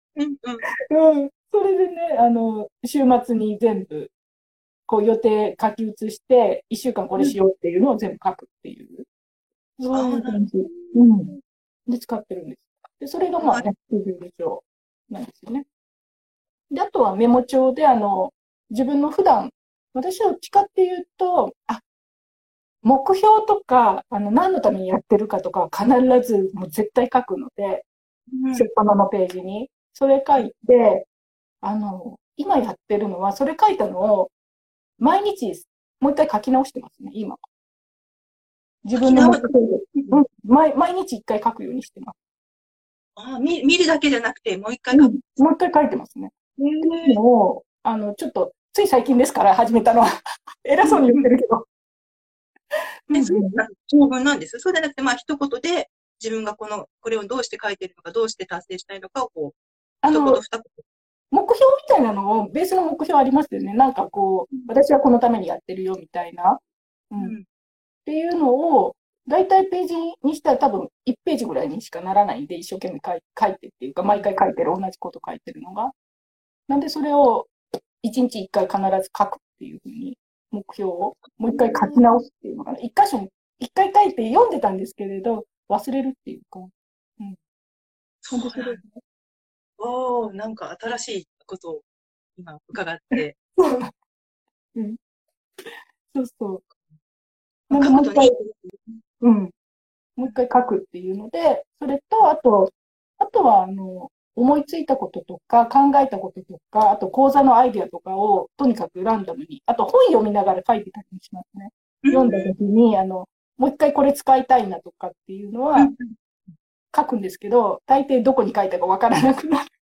それでね、週末に全部、こう予定書き写して、1週間これしようっていうのを全部書くっていう。そういう感じ。で使ってるんです。で、それがまあ、スケジュール帳なんですよね。で、あとはメモ帳で、自分の普段、私はどっちかっていうと、 目標とか、何のためにやってるかとかは必ず、もう絶対書くので、初っ端のページに。それ書いて、今やってるのは、それ書いたのを、毎日、もう一回書き直してますね、今。自分の目標で。毎日一回書くようにしてます。 見るだけじゃなくて、もう一回書く。 もう一回書いてますね。のを、ちょっと、つい最近ですから始めたのは。偉そうに言ってるけど。 長文なんです。そうじゃなくて、一言で、自分がこれをどうして書いてるのか、どうして達成したいのかを一言二言。 目標みたいなのを、ベースの目標ありますよね。なんか私はこのためにやってるよ、みたいな。っていうのを、だいたいページにしたら多分1ページぐらいにしかならないんで、一生懸命書いてっていうか、毎回書いてる、同じこと書いてるのが。なんでそれを1日1回必ず書くっていうふうに、目標をもう一回書き直すっていうのかな。一箇所に一回書いて読んでたんですけれど、忘れるっていうか。 そうなんなんか新しいことを今伺って。 そうそう。なんでもう一回、もう一回書くっていうので、それと、あとは、思いついたこととか、考えたこととか、あと講座のアイディアとかを、とにかくランダムに、あと本読みながら書いてたりしますね。読んだ時に、もう一回これ使いたいなとかっていうのは、書くんですけど、大抵どこに書いたかわからなくなる。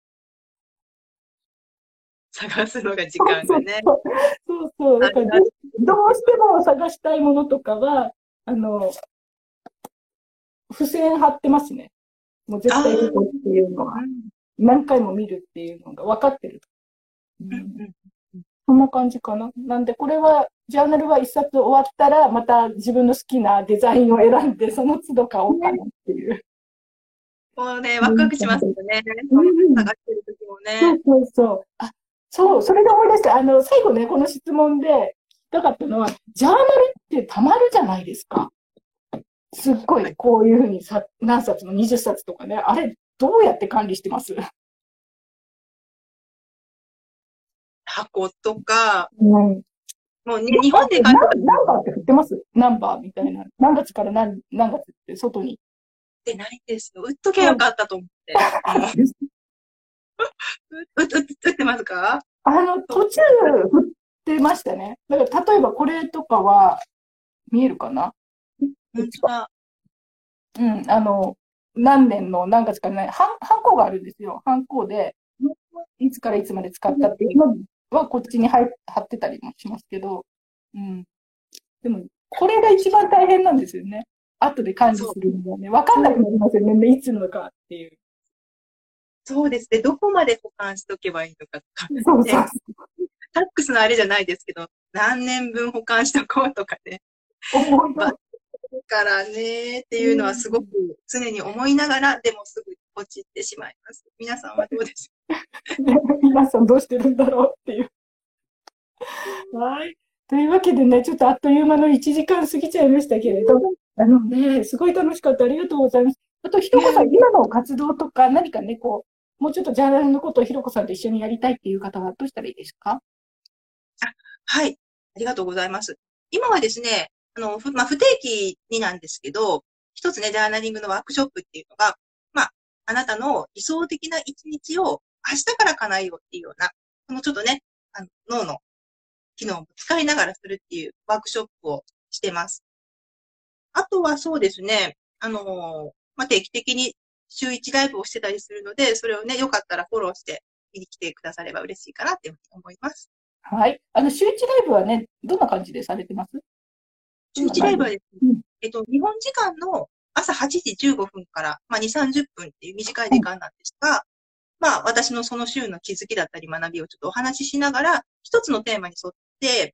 探すのが時間がね。 そう。だからどうしても探したいものとかは、付箋貼ってますね。もう絶対ここっていうのは。何回も見るっていうのが分かってる。そんな感じかな。なんで、これは、ジャーナルは一冊終わったら、また自分の好きなデザインを選んで、その都度買おうかなっていう。 もうね、ワクワクしますよね。探してる時もね。 そう。それで思い出して、最後ね、この質問で聞きたかったのは、ジャーナルってたまるじゃないですか。すっごい、こういうふうに何冊も20冊とかね、あれ、どうやって管理してます？ 箱とか、もうね、日本でナンバーって振ってます？ナンバーみたいな。何月から何月って外に。 売ってないんですよ。売っとけばよかったと思って。売ってますか？ 途中売ってましたね。だから例えばこれとかは、見えるかな？何年の何月からハンコがあるんですよ。ハンコで、いつからいつまで使ったっていうのはこっちに貼ってたりもしますけど、でも、これが一番大変なんですよね。後で管理するのはね、わかんなくなりますよね、いつのかっていう。 そうですね。どこまで保管しとけばいいのかとか、タックスのあれじゃないですけど、何年分保管しとこうとかね。からねっていうのはすごく常に思いながら、でもすぐ落ちてしまいます。皆さんはどうでしょう？ 皆さんどうしてるんだろうっていう。はい。というわけでね、ちょっとあっという間の1時間過ぎちゃいましたけれど、すごい楽しかった。ありがとうございます。あと、ひろこさん、今の活動とか何かね、もうちょっとジャーナルのことをひろこさんと一緒にやりたいっていう方はどうしたらいいですか？ はい。ありがとうございます。今はですね、不定期になんですけど、一つね、ジャーナリングのワークショップっていうのが、あなたの理想的な一日を明日から叶えようっていうような、ちょっとね、脳の機能を使いながらするっていうワークショップをしてます。あとはそうですね、定期的に週1ライブをしてたりするので、それをね、よかったらフォローして見に来てくだされば嬉しいかなって思います。 はい。週1ライブはね、どんな感じでされてます？ 週1ライブはですね、日本時間の朝8時15分から、2、30分っていう短い時間なんですが、私のその週の気づきだったり学びをちょっとお話ししながら、一つのテーマに沿って、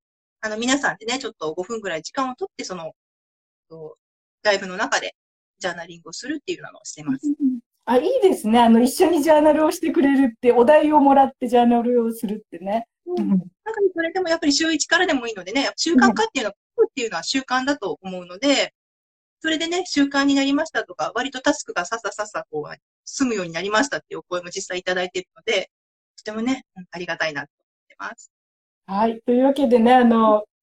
皆さんでね、ちょっと5分ぐらい時間をとって、その、ライブの中でジャーナリングをするっていうのをしてます。 いいですね。一緒にジャーナルをしてくれるって、お題をもらってジャーナルをするってね。 それでもやっぱり週1からでもいいのでね、習慣化っていうのは習慣だと思うので、それでね、習慣になりましたとか、割とタスクがさっさ済むようになりましたっていうお声も実際いただいているので、とてもね、ありがたいなと思ってます。 はい。というわけでね、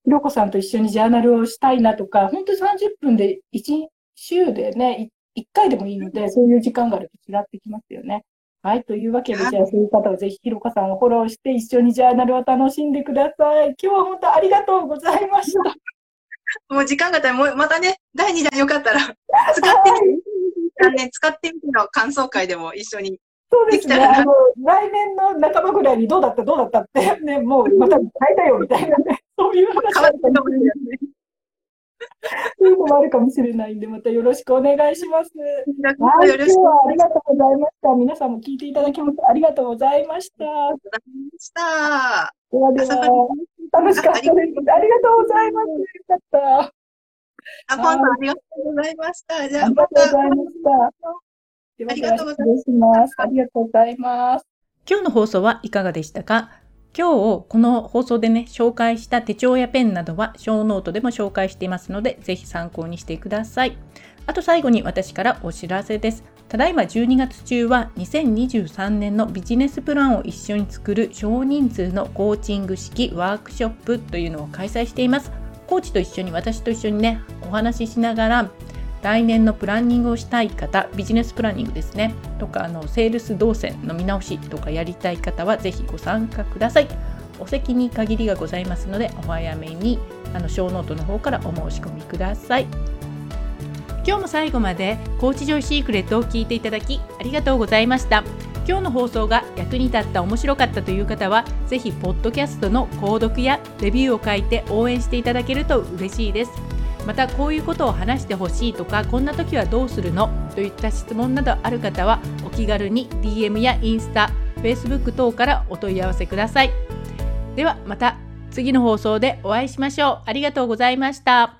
ひろこさんと一緒にジャーナルをしたいなとか、本当に30分で1週でね、1回でもいいので、そういう時間があると違ってきますよね。はい。というわけで、じゃあそういう方はぜひひろこさんをフォローして一緒にジャーナルを楽しんでください。今日は本当ありがとうございました。 もう時間があったら、もうまたね、第2弾よかったら、使ってみて、使ってみての感想会でも一緒に。 そうですね。来年の半ばぐらいにどうだったってね、もうまた変えたよみたいなね、そういう話あるかもしれない。そういうのもあるかもしれないんで、またよろしくお願いします。はい、今日はありがとうございました。皆さんも聞いていただきましてありがとうございました。 ありがとうございました。 ではでは、楽しかったです。ありがとうございます。よかった。 今度ありがとうございました。じゃあ、 ありがとうございました。では、失礼します。ありがとうございます。 今日の放送はいかがでしたか？今日この放送でね、紹介した手帳やペンなどはショーノートでも紹介していますので、ぜひ参考にしてください。あと最後に私からお知らせです。ただいま12月中は2023年のビジネスプランを一緒に作る少人数のコーチング式ワークショップというのを開催しています。コーチと一緒に、私と一緒にね、お話ししながら、来年のプランニングをしたい方、ビジネスプランニングですね、とかセールス動線の見直しとかやりたい方はぜひご参加ください。お席に限りがございますので、お早めにショーノートの方からお申し込みください。今日も最後までコーチジョイシークレットを聞いていただきありがとうございました。今日の放送が役に立った、面白かったという方は、ぜひポッドキャストの購読やレビューを書いて応援していただけると嬉しいです。また、こういうことを話してほしいとか、こんな時はどうするのといった質問などある方は、お気軽に DM やインスタ、Facebook 等からお問い合わせください。ではまた次の放送でお会いしましょう。ありがとうございました。